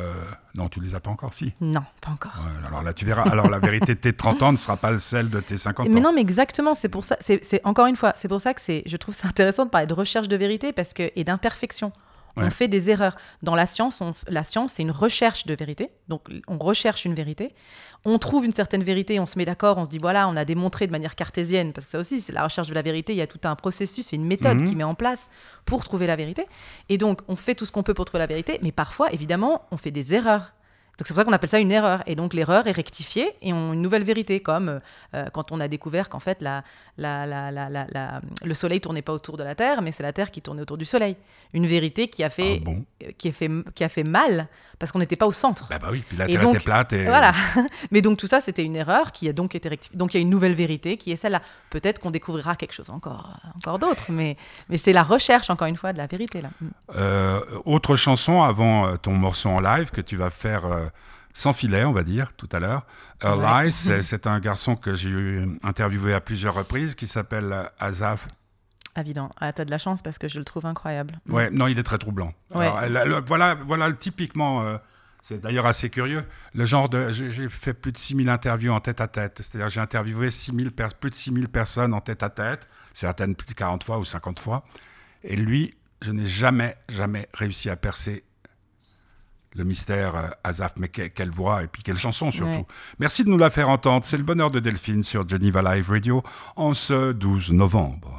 Speaker 1: Non, tu les as pas encore, si.
Speaker 2: Non, pas encore.
Speaker 1: Ouais, alors là, tu verras. Alors la vérité de tes trente ans ne sera pas celle de tes cinquante ans.
Speaker 2: Mais non, mais exactement. C'est pour ça. C'est, c'est encore une fois, c'est pour ça que c'est. Je trouve ça intéressant de parler de recherche de vérité parce que et d'imperfection. Ouais. On fait des erreurs. Dans la science, on, la science, c'est une recherche de vérité. Donc, on recherche une vérité. On trouve une certaine vérité, on se met d'accord, on se dit, voilà, on a démontré de manière cartésienne, parce que ça aussi, c'est la recherche de la vérité, il y a tout un processus, c'est une méthode mmh. qui met en place pour trouver la vérité. Et donc, on fait tout ce qu'on peut pour trouver la vérité, mais parfois, évidemment, on fait des erreurs. Donc, c'est pour ça qu'on appelle ça une erreur. Et donc, l'erreur est rectifiée et on a une nouvelle vérité, comme euh, quand on a découvert qu'en fait, la, la, la, la, la, la, le Soleil ne tournait pas autour de la Terre, mais c'est la Terre qui tournait autour du Soleil. Une vérité qui a fait,
Speaker 1: ah bon
Speaker 2: qui a fait, qui a fait mal, parce qu'on n'était pas au centre.
Speaker 1: Bah, bah oui, puis la Terre donc, était plate. Et...
Speaker 2: Voilà. Mais donc, tout ça, c'était une erreur qui a donc été rectifiée. Donc, il y a une nouvelle vérité qui est celle-là. Peut-être qu'on découvrira quelque chose encore, encore d'autre, mais, mais c'est la recherche, encore une fois, de la vérité. Là.
Speaker 1: Euh, autre chanson avant ton morceau en live que tu vas faire... Euh... sans filet, on va dire, tout à l'heure. Earl ouais. Ice, c'est, c'est un garçon que j'ai eu interviewé à plusieurs reprises, qui s'appelle Asaph.
Speaker 2: Évident. Ah, t'as de la chance parce que je le trouve incroyable.
Speaker 1: Ouais, non, il est très troublant.
Speaker 2: Ouais.
Speaker 1: Alors, le, le, voilà, voilà, typiquement, euh, c'est d'ailleurs assez curieux, le genre de... J'ai, j'ai fait plus de six mille interviews en tête-à-tête. C'est-à-dire j'ai interviewé six mille pers- plus de six mille personnes en tête-à-tête, certaines plus de quarante fois ou cinquante fois. Et lui, je n'ai jamais, jamais réussi à percer le mystère euh, Asaph, mais que, quelle voix et puis quelle chanson surtout. Ouais. Merci de nous la faire entendre. C'est le bonheur de Delphine sur Geneva Live Radio en ce douze novembre.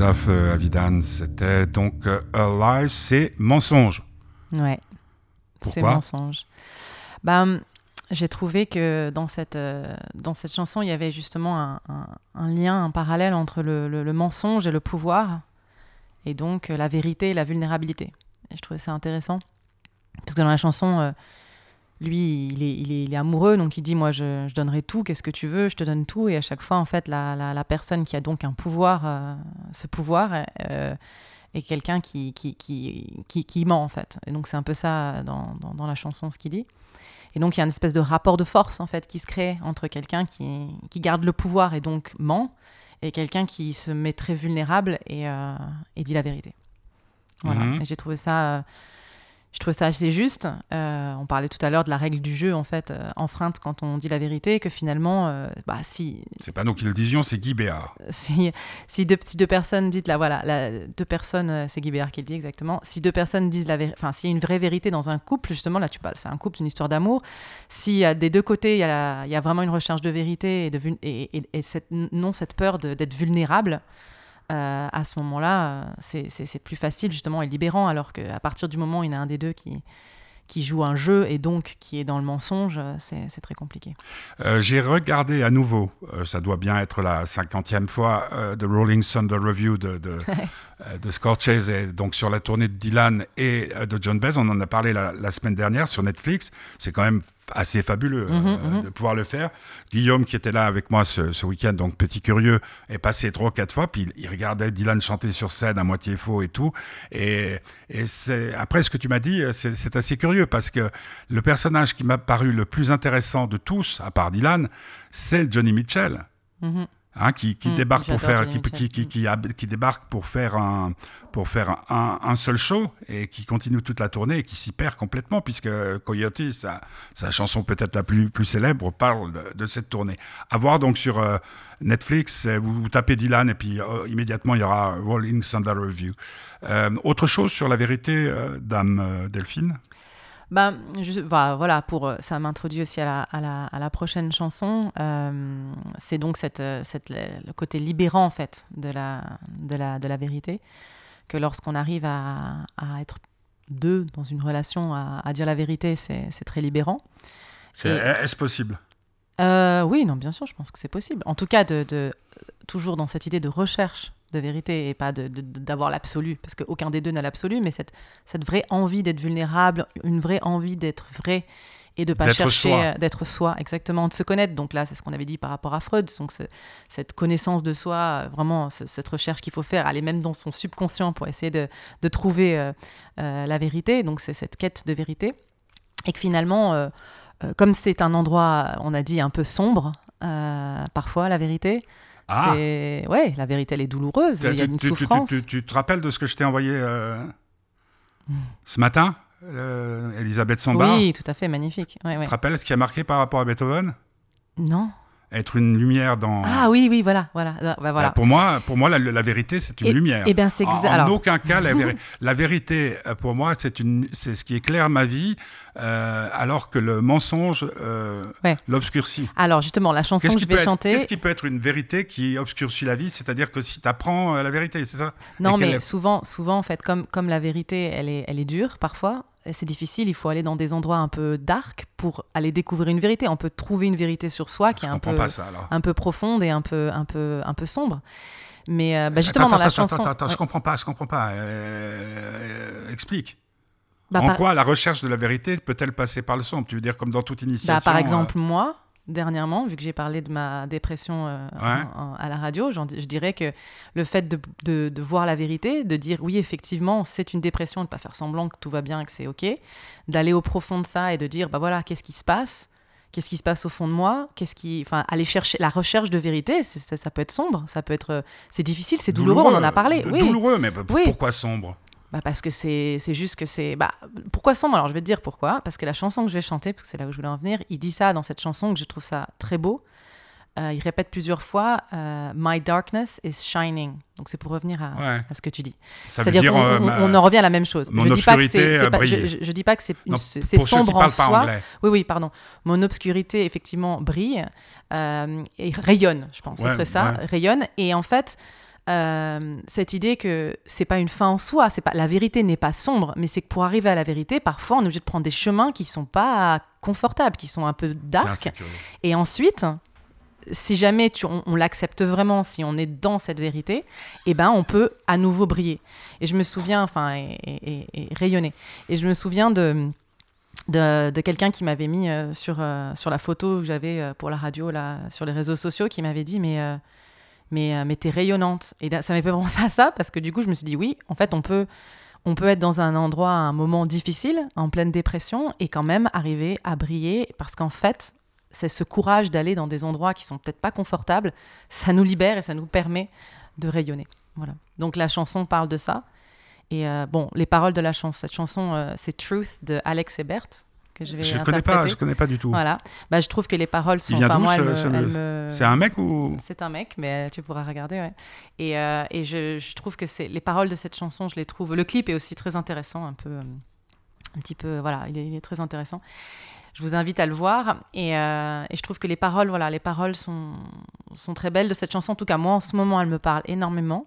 Speaker 1: Asaph euh, Avidan, c'était donc euh, A Lie, c'est mensonge.
Speaker 2: Ouais,
Speaker 1: Pourquoi ?
Speaker 2: c'est mensonge. Bah, j'ai trouvé que dans cette, euh, dans cette chanson, il y avait justement un, un, un lien, un parallèle entre le, le, le mensonge et le pouvoir, et donc euh, la vérité et la vulnérabilité. Et je trouvais ça intéressant, parce que dans la chanson, euh, lui, il est, il, est, il est amoureux, donc il dit « moi, je, je donnerai tout, qu'est-ce que tu veux, je te donne tout », et à chaque fois, en fait, la, la, la personne qui a donc un pouvoir, euh, ce pouvoir, euh, est quelqu'un qui, qui, qui, qui, qui ment, en fait. Et donc, c'est un peu ça dans, dans, dans la chanson, ce qu'il dit. Et donc, il y a une espèce de rapport de force, en fait, qui se crée entre quelqu'un qui, qui garde le pouvoir et donc ment, et quelqu'un qui se met très vulnérable et, euh, et dit la vérité. Voilà. Mm-hmm. Et j'ai trouvé ça... Euh, Je trouve ça assez juste. Euh, on parlait tout à l'heure de la règle du jeu, en fait, euh, enfreinte quand on dit la vérité, que finalement, euh, bah, si...
Speaker 1: C'est pas nous qui le disions, c'est Guy Béard.
Speaker 2: Si, si, deux, si deux personnes disent, là, voilà, la, deux personnes, euh, c'est Guy Béard qui le dit exactement, si deux personnes disent la vérité, enfin, s'il y a une vraie vérité dans un couple, justement, là, tu parles, c'est un couple, une histoire d'amour, si y a des deux côtés, il y, y a vraiment une recherche de vérité et, de, et, et, et cette, non cette peur de, d'être vulnérable, Euh, à ce moment-là, c'est, c'est, c'est plus facile justement et libérant, alors qu'à partir du moment où il y en a un des deux qui, qui joue un jeu et donc qui est dans le mensonge, c'est, c'est très compliqué.
Speaker 1: Euh, j'ai regardé à nouveau, euh, ça doit bien être la cinquantième fois, euh, de Rolling Thunder Review de, de, euh, de Scorchese, et donc sur la tournée de Dylan et euh, de John Baez. On en a parlé la, la semaine dernière sur Netflix. C'est quand même assez fabuleux mm-hmm, euh, mm-hmm. de pouvoir le faire. Guillaume, qui était là avec moi ce, ce week-end, donc petit curieux, est passé trois ou quatre fois, puis il, il regardait Dylan chanter sur scène à moitié faux et tout. Et, et c'est, après, ce que tu m'as dit, c'est, c'est assez curieux, parce que le personnage qui m'a paru le plus intéressant de tous, à part Dylan, c'est Johnny Mitchell. Mm-hmm. Hein, qui, qui mmh, débarque pour faire, qui, qui, qui, qui, qui débarque pour faire un, pour faire un, un seul show et qui continue toute la tournée et qui s'y perd complètement, puisque Coyote, sa, sa chanson peut-être la plus, plus célèbre, parle de, de cette tournée. À voir donc sur euh, Netflix, vous, vous tapez Dylan et puis euh, immédiatement il y aura Rolling Thunder Review. Euh, autre chose sur la vérité, euh, Dame euh, Delphine?
Speaker 2: Ben, je, bah, voilà, pour, ça m'introduit aussi à la, à la, à la prochaine chanson. Euh, c'est donc cette, cette, le côté libérant, en fait, de la, de la, de la vérité, que lorsqu'on arrive à, à être deux dans une relation, à, à dire la vérité, c'est, c'est très libérant.
Speaker 1: C'est, Et, est-ce possible ?
Speaker 2: euh, Oui, non, bien sûr, je pense que c'est possible. En tout cas, de, de, toujours dans cette idée de recherche de vérité et pas de, de, d'avoir l'absolu, parce qu'aucun des deux n'a l'absolu, mais cette, cette vraie envie d'être vulnérable, une vraie envie d'être vrai et de ne pas
Speaker 1: d'être
Speaker 2: chercher
Speaker 1: soi.
Speaker 2: d'être soi, exactement, de se connaître. Donc là, c'est ce qu'on avait dit par rapport à Freud, donc ce, cette connaissance de soi, vraiment ce, cette recherche qu'il faut faire, aller même dans son subconscient pour essayer de, de trouver euh, euh, la vérité, donc c'est cette quête de vérité, et que finalement, euh, euh, comme c'est un endroit, on a dit, un peu sombre, euh, parfois, la vérité,
Speaker 1: Ah.
Speaker 2: c'est... Ouais, la vérité, elle est douloureuse, tu, il y a une
Speaker 1: tu,
Speaker 2: souffrance.
Speaker 1: Tu, tu, tu, tu te rappelles de ce que je t'ai envoyé euh, mm. ce matin, euh, Elisabeth Sombart?
Speaker 2: Oui, tout à fait, magnifique. Ouais,
Speaker 1: tu
Speaker 2: ouais.
Speaker 1: te rappelles ce qui a marqué par rapport à Beethoven?
Speaker 2: Non.
Speaker 1: Être une lumière dans...
Speaker 2: Ah oui, oui, voilà. voilà, bah, voilà.
Speaker 1: Bah, pour moi, pour moi la, la vérité, c'est une
Speaker 2: et,
Speaker 1: lumière.
Speaker 2: Et ben, c'est exa-
Speaker 1: en, en
Speaker 2: alors...
Speaker 1: aucun cas, la, véri- la vérité, pour moi, c'est, une, c'est ce qui éclaire ma vie, euh, alors que le mensonge euh,
Speaker 2: ouais.
Speaker 1: l'obscurcit.
Speaker 2: Alors justement, la chanson
Speaker 1: qu'est-ce
Speaker 2: que je vais
Speaker 1: être,
Speaker 2: chanter...
Speaker 1: Qu'est-ce qui peut être une vérité qui obscurcit la vie? C'est-à-dire que si tu apprends la vérité, c'est ça?
Speaker 2: Non, mais
Speaker 1: est...
Speaker 2: souvent, souvent, en fait, comme, comme la vérité, elle est, elle est dure, parfois... C'est difficile, il faut aller dans des endroits un peu dark pour aller découvrir une vérité. On peut trouver une vérité sur soi qui
Speaker 1: je
Speaker 2: est un peu,
Speaker 1: pas ça,
Speaker 2: un peu profonde et un peu, un peu, un peu sombre. Mais euh, bah justement,
Speaker 1: attends,
Speaker 2: dans la
Speaker 1: attends,
Speaker 2: chanson...
Speaker 1: Attends, attends,
Speaker 2: ouais.
Speaker 1: je comprends pas, je comprends pas. Euh, euh, explique.
Speaker 2: Bah,
Speaker 1: en
Speaker 2: par...
Speaker 1: quoi la recherche de la vérité peut-elle passer par le sombre? Tu veux dire comme dans toute initiation?
Speaker 2: Bah, par exemple, euh... moi... Dernièrement, vu que j'ai parlé de ma dépression euh,
Speaker 1: ouais.
Speaker 2: en, en, à la radio, je dirais que le fait de, de, de voir la vérité, de dire oui, effectivement, c'est une dépression, de ne pas faire semblant que tout va bien, que c'est OK, d'aller au profond de ça et de dire, bah voilà, qu'est-ce qui se passe? Qu'est-ce qui se passe au fond de moi? Qu'est-ce qui, enfin, aller chercher la recherche de vérité, c'est, ça, ça peut être sombre, ça peut être, c'est difficile, c'est douloureux, douloureux on en a parlé.
Speaker 1: D-
Speaker 2: oui.
Speaker 1: Douloureux, mais bah,
Speaker 2: oui.
Speaker 1: pourquoi sombre?
Speaker 2: Bah parce que c'est, c'est juste que c'est... Bah, pourquoi sombre? Alors, je vais te dire pourquoi. Parce que la chanson que je vais chanter, parce que c'est là où je voulais en venir, il dit ça dans cette chanson, que je trouve ça très beau. Euh, il répète plusieurs fois euh, « My darkness is shining ». Donc, c'est pour revenir à,
Speaker 1: ouais.
Speaker 2: à ce que tu dis.
Speaker 1: Ça
Speaker 2: C'est-à-dire
Speaker 1: veut dire,
Speaker 2: qu'on
Speaker 1: euh,
Speaker 2: on,
Speaker 1: ma...
Speaker 2: on en revient à la même chose.
Speaker 1: Mon
Speaker 2: je dis pas que c'est,
Speaker 1: obscurité
Speaker 2: c'est pas,
Speaker 1: brille.
Speaker 2: je, je, je dis pas que c'est, une,
Speaker 1: non,
Speaker 2: c'est, c'est sombre en soi.
Speaker 1: Pas anglais.
Speaker 2: Oui, oui, pardon. Mon obscurité, effectivement, brille euh, et rayonne, je pense.
Speaker 1: Ouais,
Speaker 2: ce serait ça,
Speaker 1: ouais.
Speaker 2: rayonne. Et en fait... euh, cette idée que c'est pas une fin en soi, c'est pas, la vérité n'est pas sombre, mais c'est que pour arriver à la vérité, parfois on est obligé de prendre des chemins qui sont pas confortables, qui sont un peu dark. Et ensuite, si jamais tu, on, on l'accepte vraiment, si on est dans cette vérité, eh ben on peut à nouveau briller. Et je me souviens, enfin, et, et, et, et rayonner. Et je me souviens de De, de quelqu'un qui m'avait mis euh, sur, euh, sur la photo que j'avais euh, pour la radio, là, sur les réseaux sociaux, qui m'avait dit mais, euh, mais, euh, mais t'es rayonnante. Et ça m'a fait penser à ça, parce que du coup, je me suis dit oui, en fait, on peut, on peut être dans un endroit, à un moment difficile, en pleine dépression, et quand même arriver à briller, parce qu'en fait, c'est ce courage d'aller dans des endroits qui sont peut-être pas confortables, ça nous libère et ça nous permet de rayonner. Voilà. Donc la chanson parle de ça. Et euh, bon, les paroles de la chanson, cette chanson, euh, c'est Truth de Alex Ebert, que je vais
Speaker 1: je
Speaker 2: interpréter.
Speaker 1: Connais pas, je connais pas du tout.
Speaker 2: Voilà. Bah, je trouve que les paroles sont...
Speaker 1: Il vient d'où,
Speaker 2: moi,
Speaker 1: ce,
Speaker 2: me,
Speaker 1: ce,
Speaker 2: me...
Speaker 1: C'est un mec ou...
Speaker 2: C'est un mec, mais tu pourras regarder, ouais. Et, euh, et je, je trouve que c'est... les paroles de cette chanson, je les trouve... Le clip est aussi très intéressant, un peu... Euh, un petit peu... Voilà, il est, il est très intéressant. Je vous invite à le voir. Et, euh, et je trouve que les paroles, voilà, les paroles sont, sont très belles de cette chanson. En tout cas, moi, en ce moment, elle me parle énormément.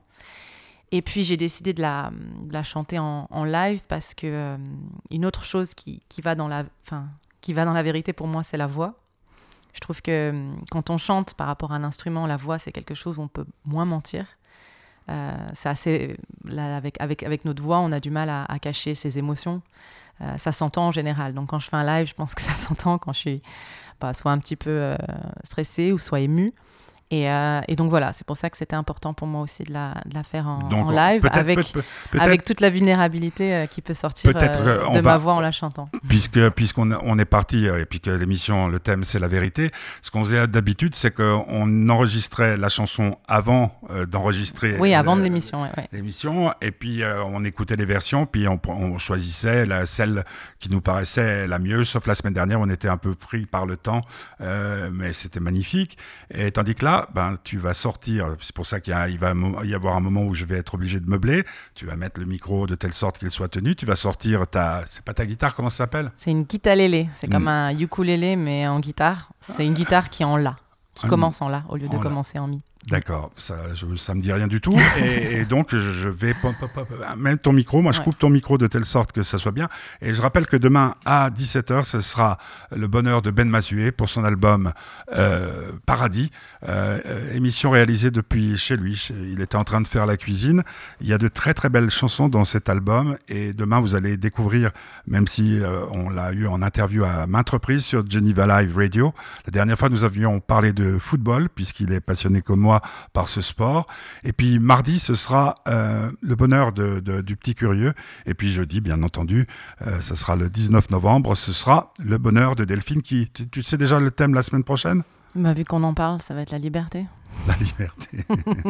Speaker 2: Et puis, j'ai décidé de la, de la chanter en, en live parce que euh, une autre chose qui, qui, va dans la, enfin, qui va dans la vérité pour moi, c'est la voix. Je trouve que quand on chante par rapport à un instrument, la voix, c'est quelque chose où on peut moins mentir. Euh, c'est assez, là, avec, avec, avec notre voix, on a du mal à, à cacher ses émotions. Euh, ça s'entend en général. Donc, quand je fais un live, je pense que ça s'entend quand je suis bah, soit un petit peu euh, stressée ou soit émue. Et, euh, et donc voilà, c'est pour ça que c'était important pour moi aussi de la, de la faire en,
Speaker 1: donc,
Speaker 2: en live, avec,
Speaker 1: peut-être, peut-être,
Speaker 2: avec toute la vulnérabilité euh, qui peut sortir euh, de
Speaker 1: va,
Speaker 2: ma voix en la chantant.
Speaker 1: Puisque, puisqu'on on est parti, euh, et puis que l'émission, le thème, c'est la vérité, ce qu'on faisait d'habitude, c'est qu'on enregistrait la chanson avant euh, d'enregistrer
Speaker 2: oui, avant
Speaker 1: le,
Speaker 2: de l'émission, ouais, ouais.
Speaker 1: l'émission, et puis euh, on écoutait les versions, puis on, on choisissait la, celle qui nous paraissait la mieux, sauf la semaine dernière, on était un peu pris par le temps, euh, mais c'était magnifique. Et tandis que là, ben, tu vas sortir, c'est pour ça qu'il y a, il va y avoir un moment où je vais être obligé de meubler, tu vas mettre le micro de telle sorte qu'il soit tenu, tu vas sortir ta, c'est pas ta guitare, comment ça s'appelle ?
Speaker 2: C'est une guitarlélé, c'est
Speaker 1: mmh.
Speaker 2: comme un ukulélé mais en guitare, c'est une guitare qui est en la, qui ah, commence en la au lieu de commencer en mi.
Speaker 1: D'accord, ça, je, ça me dit rien du tout. Et, et donc, je, je vais pop, pop, pop, mettre ton micro. Moi, je ouais. coupe ton micro de telle sorte que ça soit bien. Et je rappelle que demain, à dix-sept heures, ce sera le bonheur de Ben Mazué pour son album euh, Paradis. Euh, émission réalisée depuis chez lui. Il était en train de faire la cuisine. Il y a de très, très belles chansons dans cet album. Et demain, vous allez découvrir, même si euh, on l'a eu en interview à maintes reprises sur Geneva Live Radio. La dernière fois, nous avions parlé de football, puisqu'il est passionné comme moi par ce sport. Et puis mardi, ce sera euh, le bonheur de, de, du petit curieux. Et puis jeudi, bien entendu, euh, ce sera le dix-neuf novembre, ce sera le bonheur de Delphine. Qui, tu, tu sais déjà le thème la semaine prochaine ?
Speaker 2: Bah, vu qu'on en parle, ça va être la liberté.
Speaker 1: La liberté.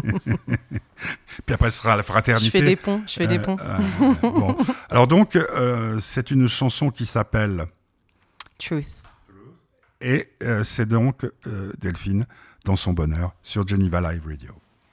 Speaker 1: Puis après, ce sera la fraternité.
Speaker 2: Je fais des ponts, je fais euh, des ponts.
Speaker 1: Euh, bon. Alors donc, euh, c'est une chanson qui s'appelle...
Speaker 2: Truth.
Speaker 1: Et euh, c'est donc euh, Delphine dans son bonheur sur Geneva Live Radio.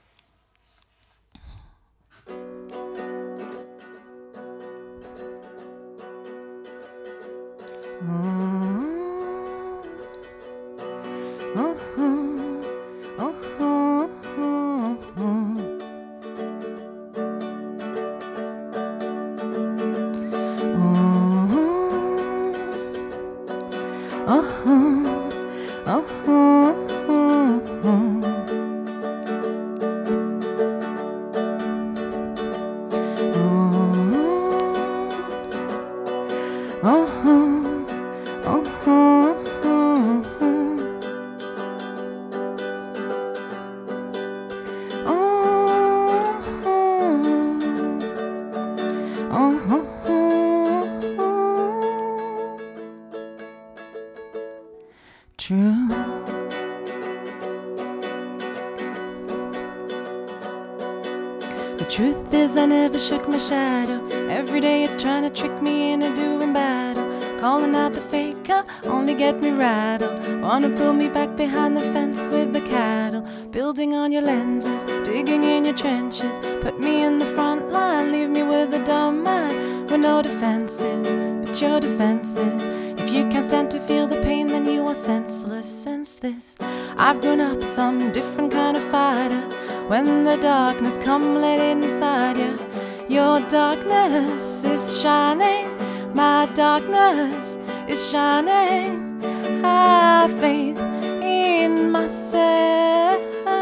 Speaker 5: Shook my shadow. Every day it's trying to trick me into doing battle. Calling out the faker, only get me rattled. Wanna pull me back behind the fence with the cattle. Building on your lenses, digging in your trenches. Put me in the front line, leave me with a dumb mind. With no defenses, but your defenses. If you can't stand to feel the pain, then you are senseless. Sense this, I've grown up some different kind of fighter. When the darkness come, let it inside you. Your darkness is shining, my darkness is shining. Have faith in myself.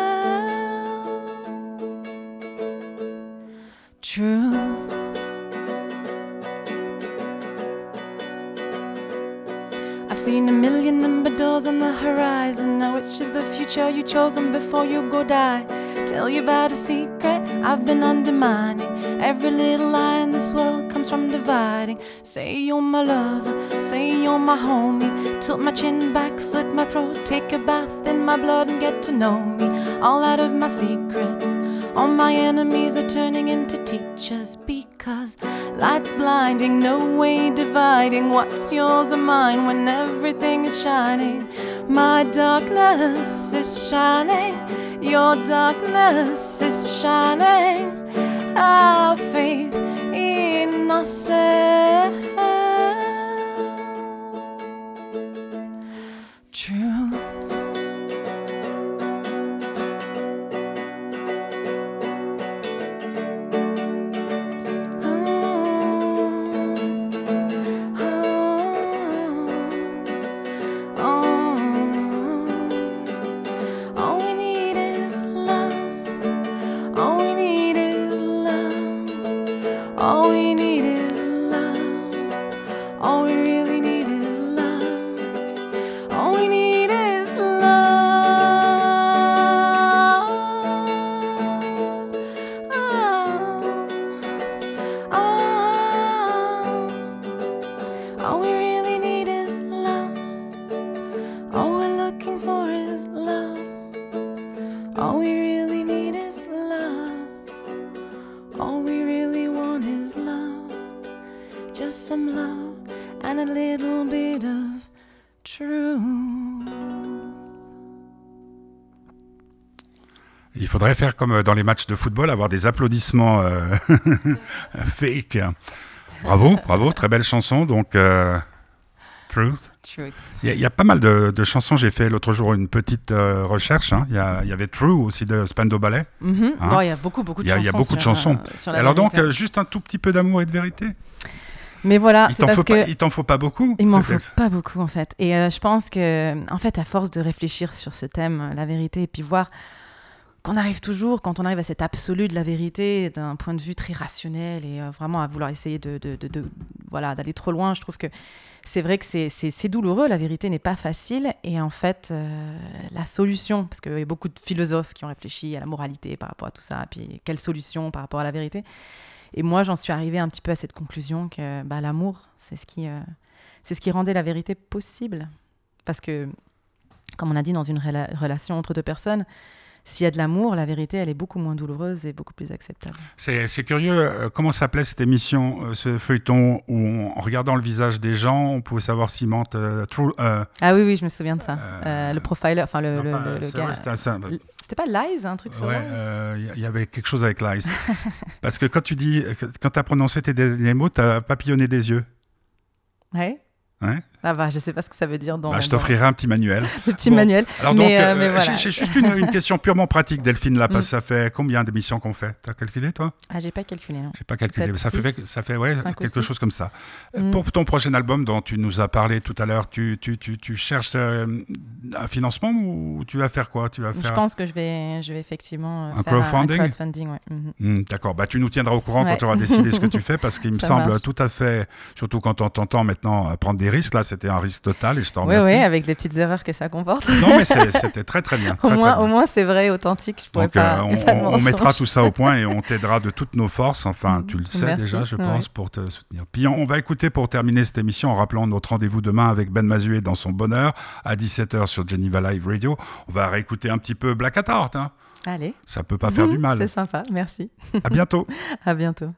Speaker 5: Truth. I've seen a million number doors on the horizon. Now which is the future you chosen before you go die? Tell you about a secret I've been undermining. Every little lie in this world comes from dividing. Say you're my lover, say you're my homie. Tilt my chin back, slit my throat, take a bath in my blood and get to know me. All out of my secrets. All my enemies are turning into teachers. Because light's blinding, no way dividing what's yours or mine when everything is shining. My darkness is shining, your darkness is shining. Have faith in ourselves. Truth.
Speaker 1: Il faudrait faire comme dans les matchs de football, avoir des applaudissements euh, fake. Bravo, bravo, très belle chanson. Donc, euh, Truth.
Speaker 2: Truth.
Speaker 1: Il y, y a pas mal de, de chansons. J'ai fait l'autre jour une petite euh, recherche. Hein. Il, y a, il y avait True aussi de Spandau Ballet.
Speaker 2: Mm-hmm.
Speaker 1: Hein.
Speaker 2: Bon, il y a beaucoup, beaucoup de
Speaker 1: il y a,
Speaker 2: chansons.
Speaker 1: Il y a beaucoup
Speaker 2: sur,
Speaker 1: de chansons.
Speaker 2: Euh, sur la
Speaker 1: Alors
Speaker 2: vérité.
Speaker 1: donc, euh, juste un tout petit peu d'amour et de vérité.
Speaker 2: Mais voilà,
Speaker 1: il
Speaker 2: c'est
Speaker 1: t'en
Speaker 2: parce
Speaker 1: faut
Speaker 2: que
Speaker 1: pas, il t'en faut pas beaucoup.
Speaker 2: Il m'en
Speaker 1: peut-être.
Speaker 2: faut pas beaucoup en fait. Et euh, je pense que, en fait, à force de réfléchir sur ce thème, la vérité, et puis voir qu'on arrive toujours, quand on arrive à cet absolu de la vérité, d'un point de vue très rationnel et euh, vraiment à vouloir essayer de, de, de, de voilà, d'aller trop loin, je trouve que c'est vrai que c'est, c'est, c'est douloureux. La vérité n'est pas facile. Et en fait, euh, la solution, parce qu'il y a beaucoup de philosophes qui ont réfléchi à la moralité par rapport à tout ça, puis quelle solution par rapport à la vérité. Et moi, j'en suis arrivée un petit peu à cette conclusion que bah, l'amour, c'est ce qui, euh, c'est ce qui rendait la vérité possible. Parce que, comme on a dit, dans une rela- relation entre deux personnes, s'il y a de l'amour, la vérité, elle est beaucoup moins douloureuse et beaucoup plus acceptable.
Speaker 1: C'est, c'est curieux, euh, comment s'appelait cette émission, euh, ce feuilleton, où on, en regardant le visage des gens, on pouvait savoir s'ils mentent. Euh, true, euh,
Speaker 2: ah oui, oui, je me souviens de ça.
Speaker 1: Euh,
Speaker 2: euh, le profiler, enfin le,
Speaker 1: non,
Speaker 2: le,
Speaker 1: pas,
Speaker 2: le, le
Speaker 1: c'est
Speaker 2: gars.
Speaker 1: vrai, c'était ça.
Speaker 2: C'était pas Lies, un truc sur
Speaker 1: Ouais,
Speaker 2: Lies
Speaker 1: il euh, y, y avait quelque chose avec Lies. Parce que quand tu dis, quand tu as prononcé tes derniers mots, tu as papillonné des yeux.
Speaker 2: Ouais.
Speaker 1: Ouais.
Speaker 2: Ah bah, je sais pas ce que ça veut dire dans.
Speaker 1: Bah, je t'offrirai un petit manuel.
Speaker 2: Le petit
Speaker 1: bon.
Speaker 2: manuel.
Speaker 1: Alors
Speaker 2: mais,
Speaker 1: donc,
Speaker 2: euh,
Speaker 1: euh,
Speaker 2: mais voilà.
Speaker 1: j'ai, j'ai juste une, une question purement pratique, Delphine. Là, parce que
Speaker 2: Mm.
Speaker 1: ça fait combien d'émissions qu'on fait ? T'as calculé, toi ?
Speaker 2: Ah, j'ai pas calculé, non.
Speaker 1: J'ai pas calculé.
Speaker 2: Peut-être
Speaker 1: Ça fait,
Speaker 2: six,
Speaker 1: ça fait ouais,
Speaker 2: cinq ou
Speaker 1: quelque
Speaker 2: six.
Speaker 1: chose comme ça.
Speaker 2: Mm.
Speaker 1: Pour ton prochain album dont tu nous as parlé tout à l'heure, tu, tu, tu, tu cherches euh, un financement ou tu vas faire quoi ? Tu vas faire
Speaker 2: Je pense que je vais, je vais effectivement euh,
Speaker 1: un
Speaker 2: faire
Speaker 1: crowdfunding
Speaker 2: un crowdfunding, ouais. Mm-hmm.
Speaker 1: Mmh, d'accord, bah, tu nous tiendras au courant
Speaker 2: Ouais.
Speaker 1: quand tu auras décidé ce que tu fais, parce qu'il me
Speaker 2: Ça
Speaker 1: semble
Speaker 2: marche.
Speaker 1: tout à fait, surtout quand on t'entend maintenant prendre des risques, là c'était un risque total et je t'en
Speaker 2: Oui,
Speaker 1: remercie.
Speaker 2: oui, avec les petites erreurs que ça comporte.
Speaker 1: Non mais c'est, c'était très très bien.
Speaker 2: au,
Speaker 1: Très,
Speaker 2: moins,
Speaker 1: très bien.
Speaker 2: au moins, c'est vrai, authentique. Je pourrais
Speaker 1: Donc
Speaker 2: pas.
Speaker 1: euh,
Speaker 2: y a pas de
Speaker 1: on, on
Speaker 2: mensonge.
Speaker 1: mettra tout ça au point et on t'aidera de toutes nos forces, enfin tu le sais
Speaker 2: Merci.
Speaker 1: déjà je
Speaker 2: Ouais.
Speaker 1: pense, pour te soutenir. Puis on, on va écouter pour terminer cette émission en rappelant notre rendez-vous demain avec Ben Mazué dans son bonheur à dix-sept heures sur Geneva Live Radio. On va réécouter un petit peu Black Hat Heart, hein.
Speaker 2: Allez.
Speaker 1: Ça peut pas faire
Speaker 2: Mmh,
Speaker 1: du mal.
Speaker 2: C'est sympa, merci.
Speaker 1: À bientôt.
Speaker 2: À bientôt.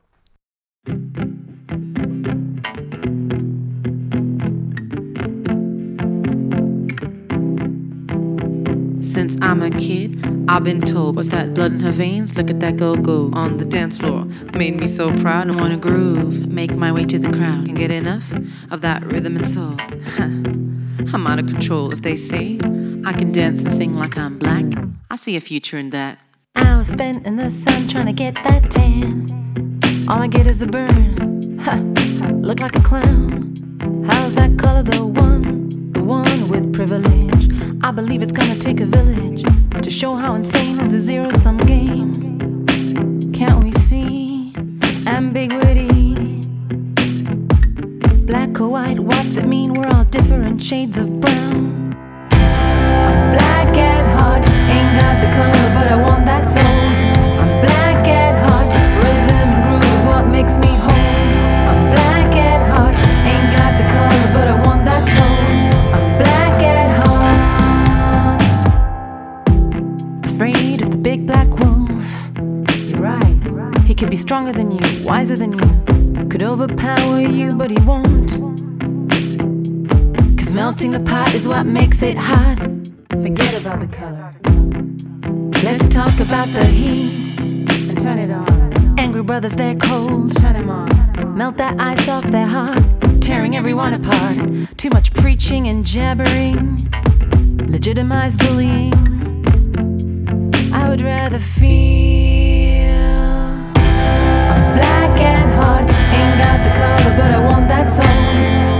Speaker 5: Since I'm a kid, I've been told, what's that blood in her veins? Look at that girl go on the dance floor. Made me so proud and wanna groove. Make my way to the crowd. Can get enough of that rhythm and soul. I'm out of control if they say I can dance and sing like I'm black. I see a future in that. Hours spent in the sun trying to get that tan. All I get is a burn. Ha, look like a clown. How's that color the one? The one with privilege. I believe it's gonna take a village to show how insane is a zero-sum game. Can't we see ambiguity? Black or white, what's it mean? We're all different shades of brown. I'm black at heart, ain't got the color, but I want that soul. I'm black at heart, rhythm and groove is what makes me whole. I'm black at heart, ain't got the color, but I want that soul. I'm black at heart. Afraid of the big black wolf. You're right, he could be stronger than you, wiser than you, could overpower you, but he won't. Cause melting the pot is what makes it hot. Forget about the color. Let's talk about the heat and turn it on. Angry brothers, they're cold, turn them on. Melt that ice off their heart, tearing everyone apart. Too much preaching and jabbering, legitimize bullying. I would rather feel I'm black at heart, ain't got the color, but I want that soul.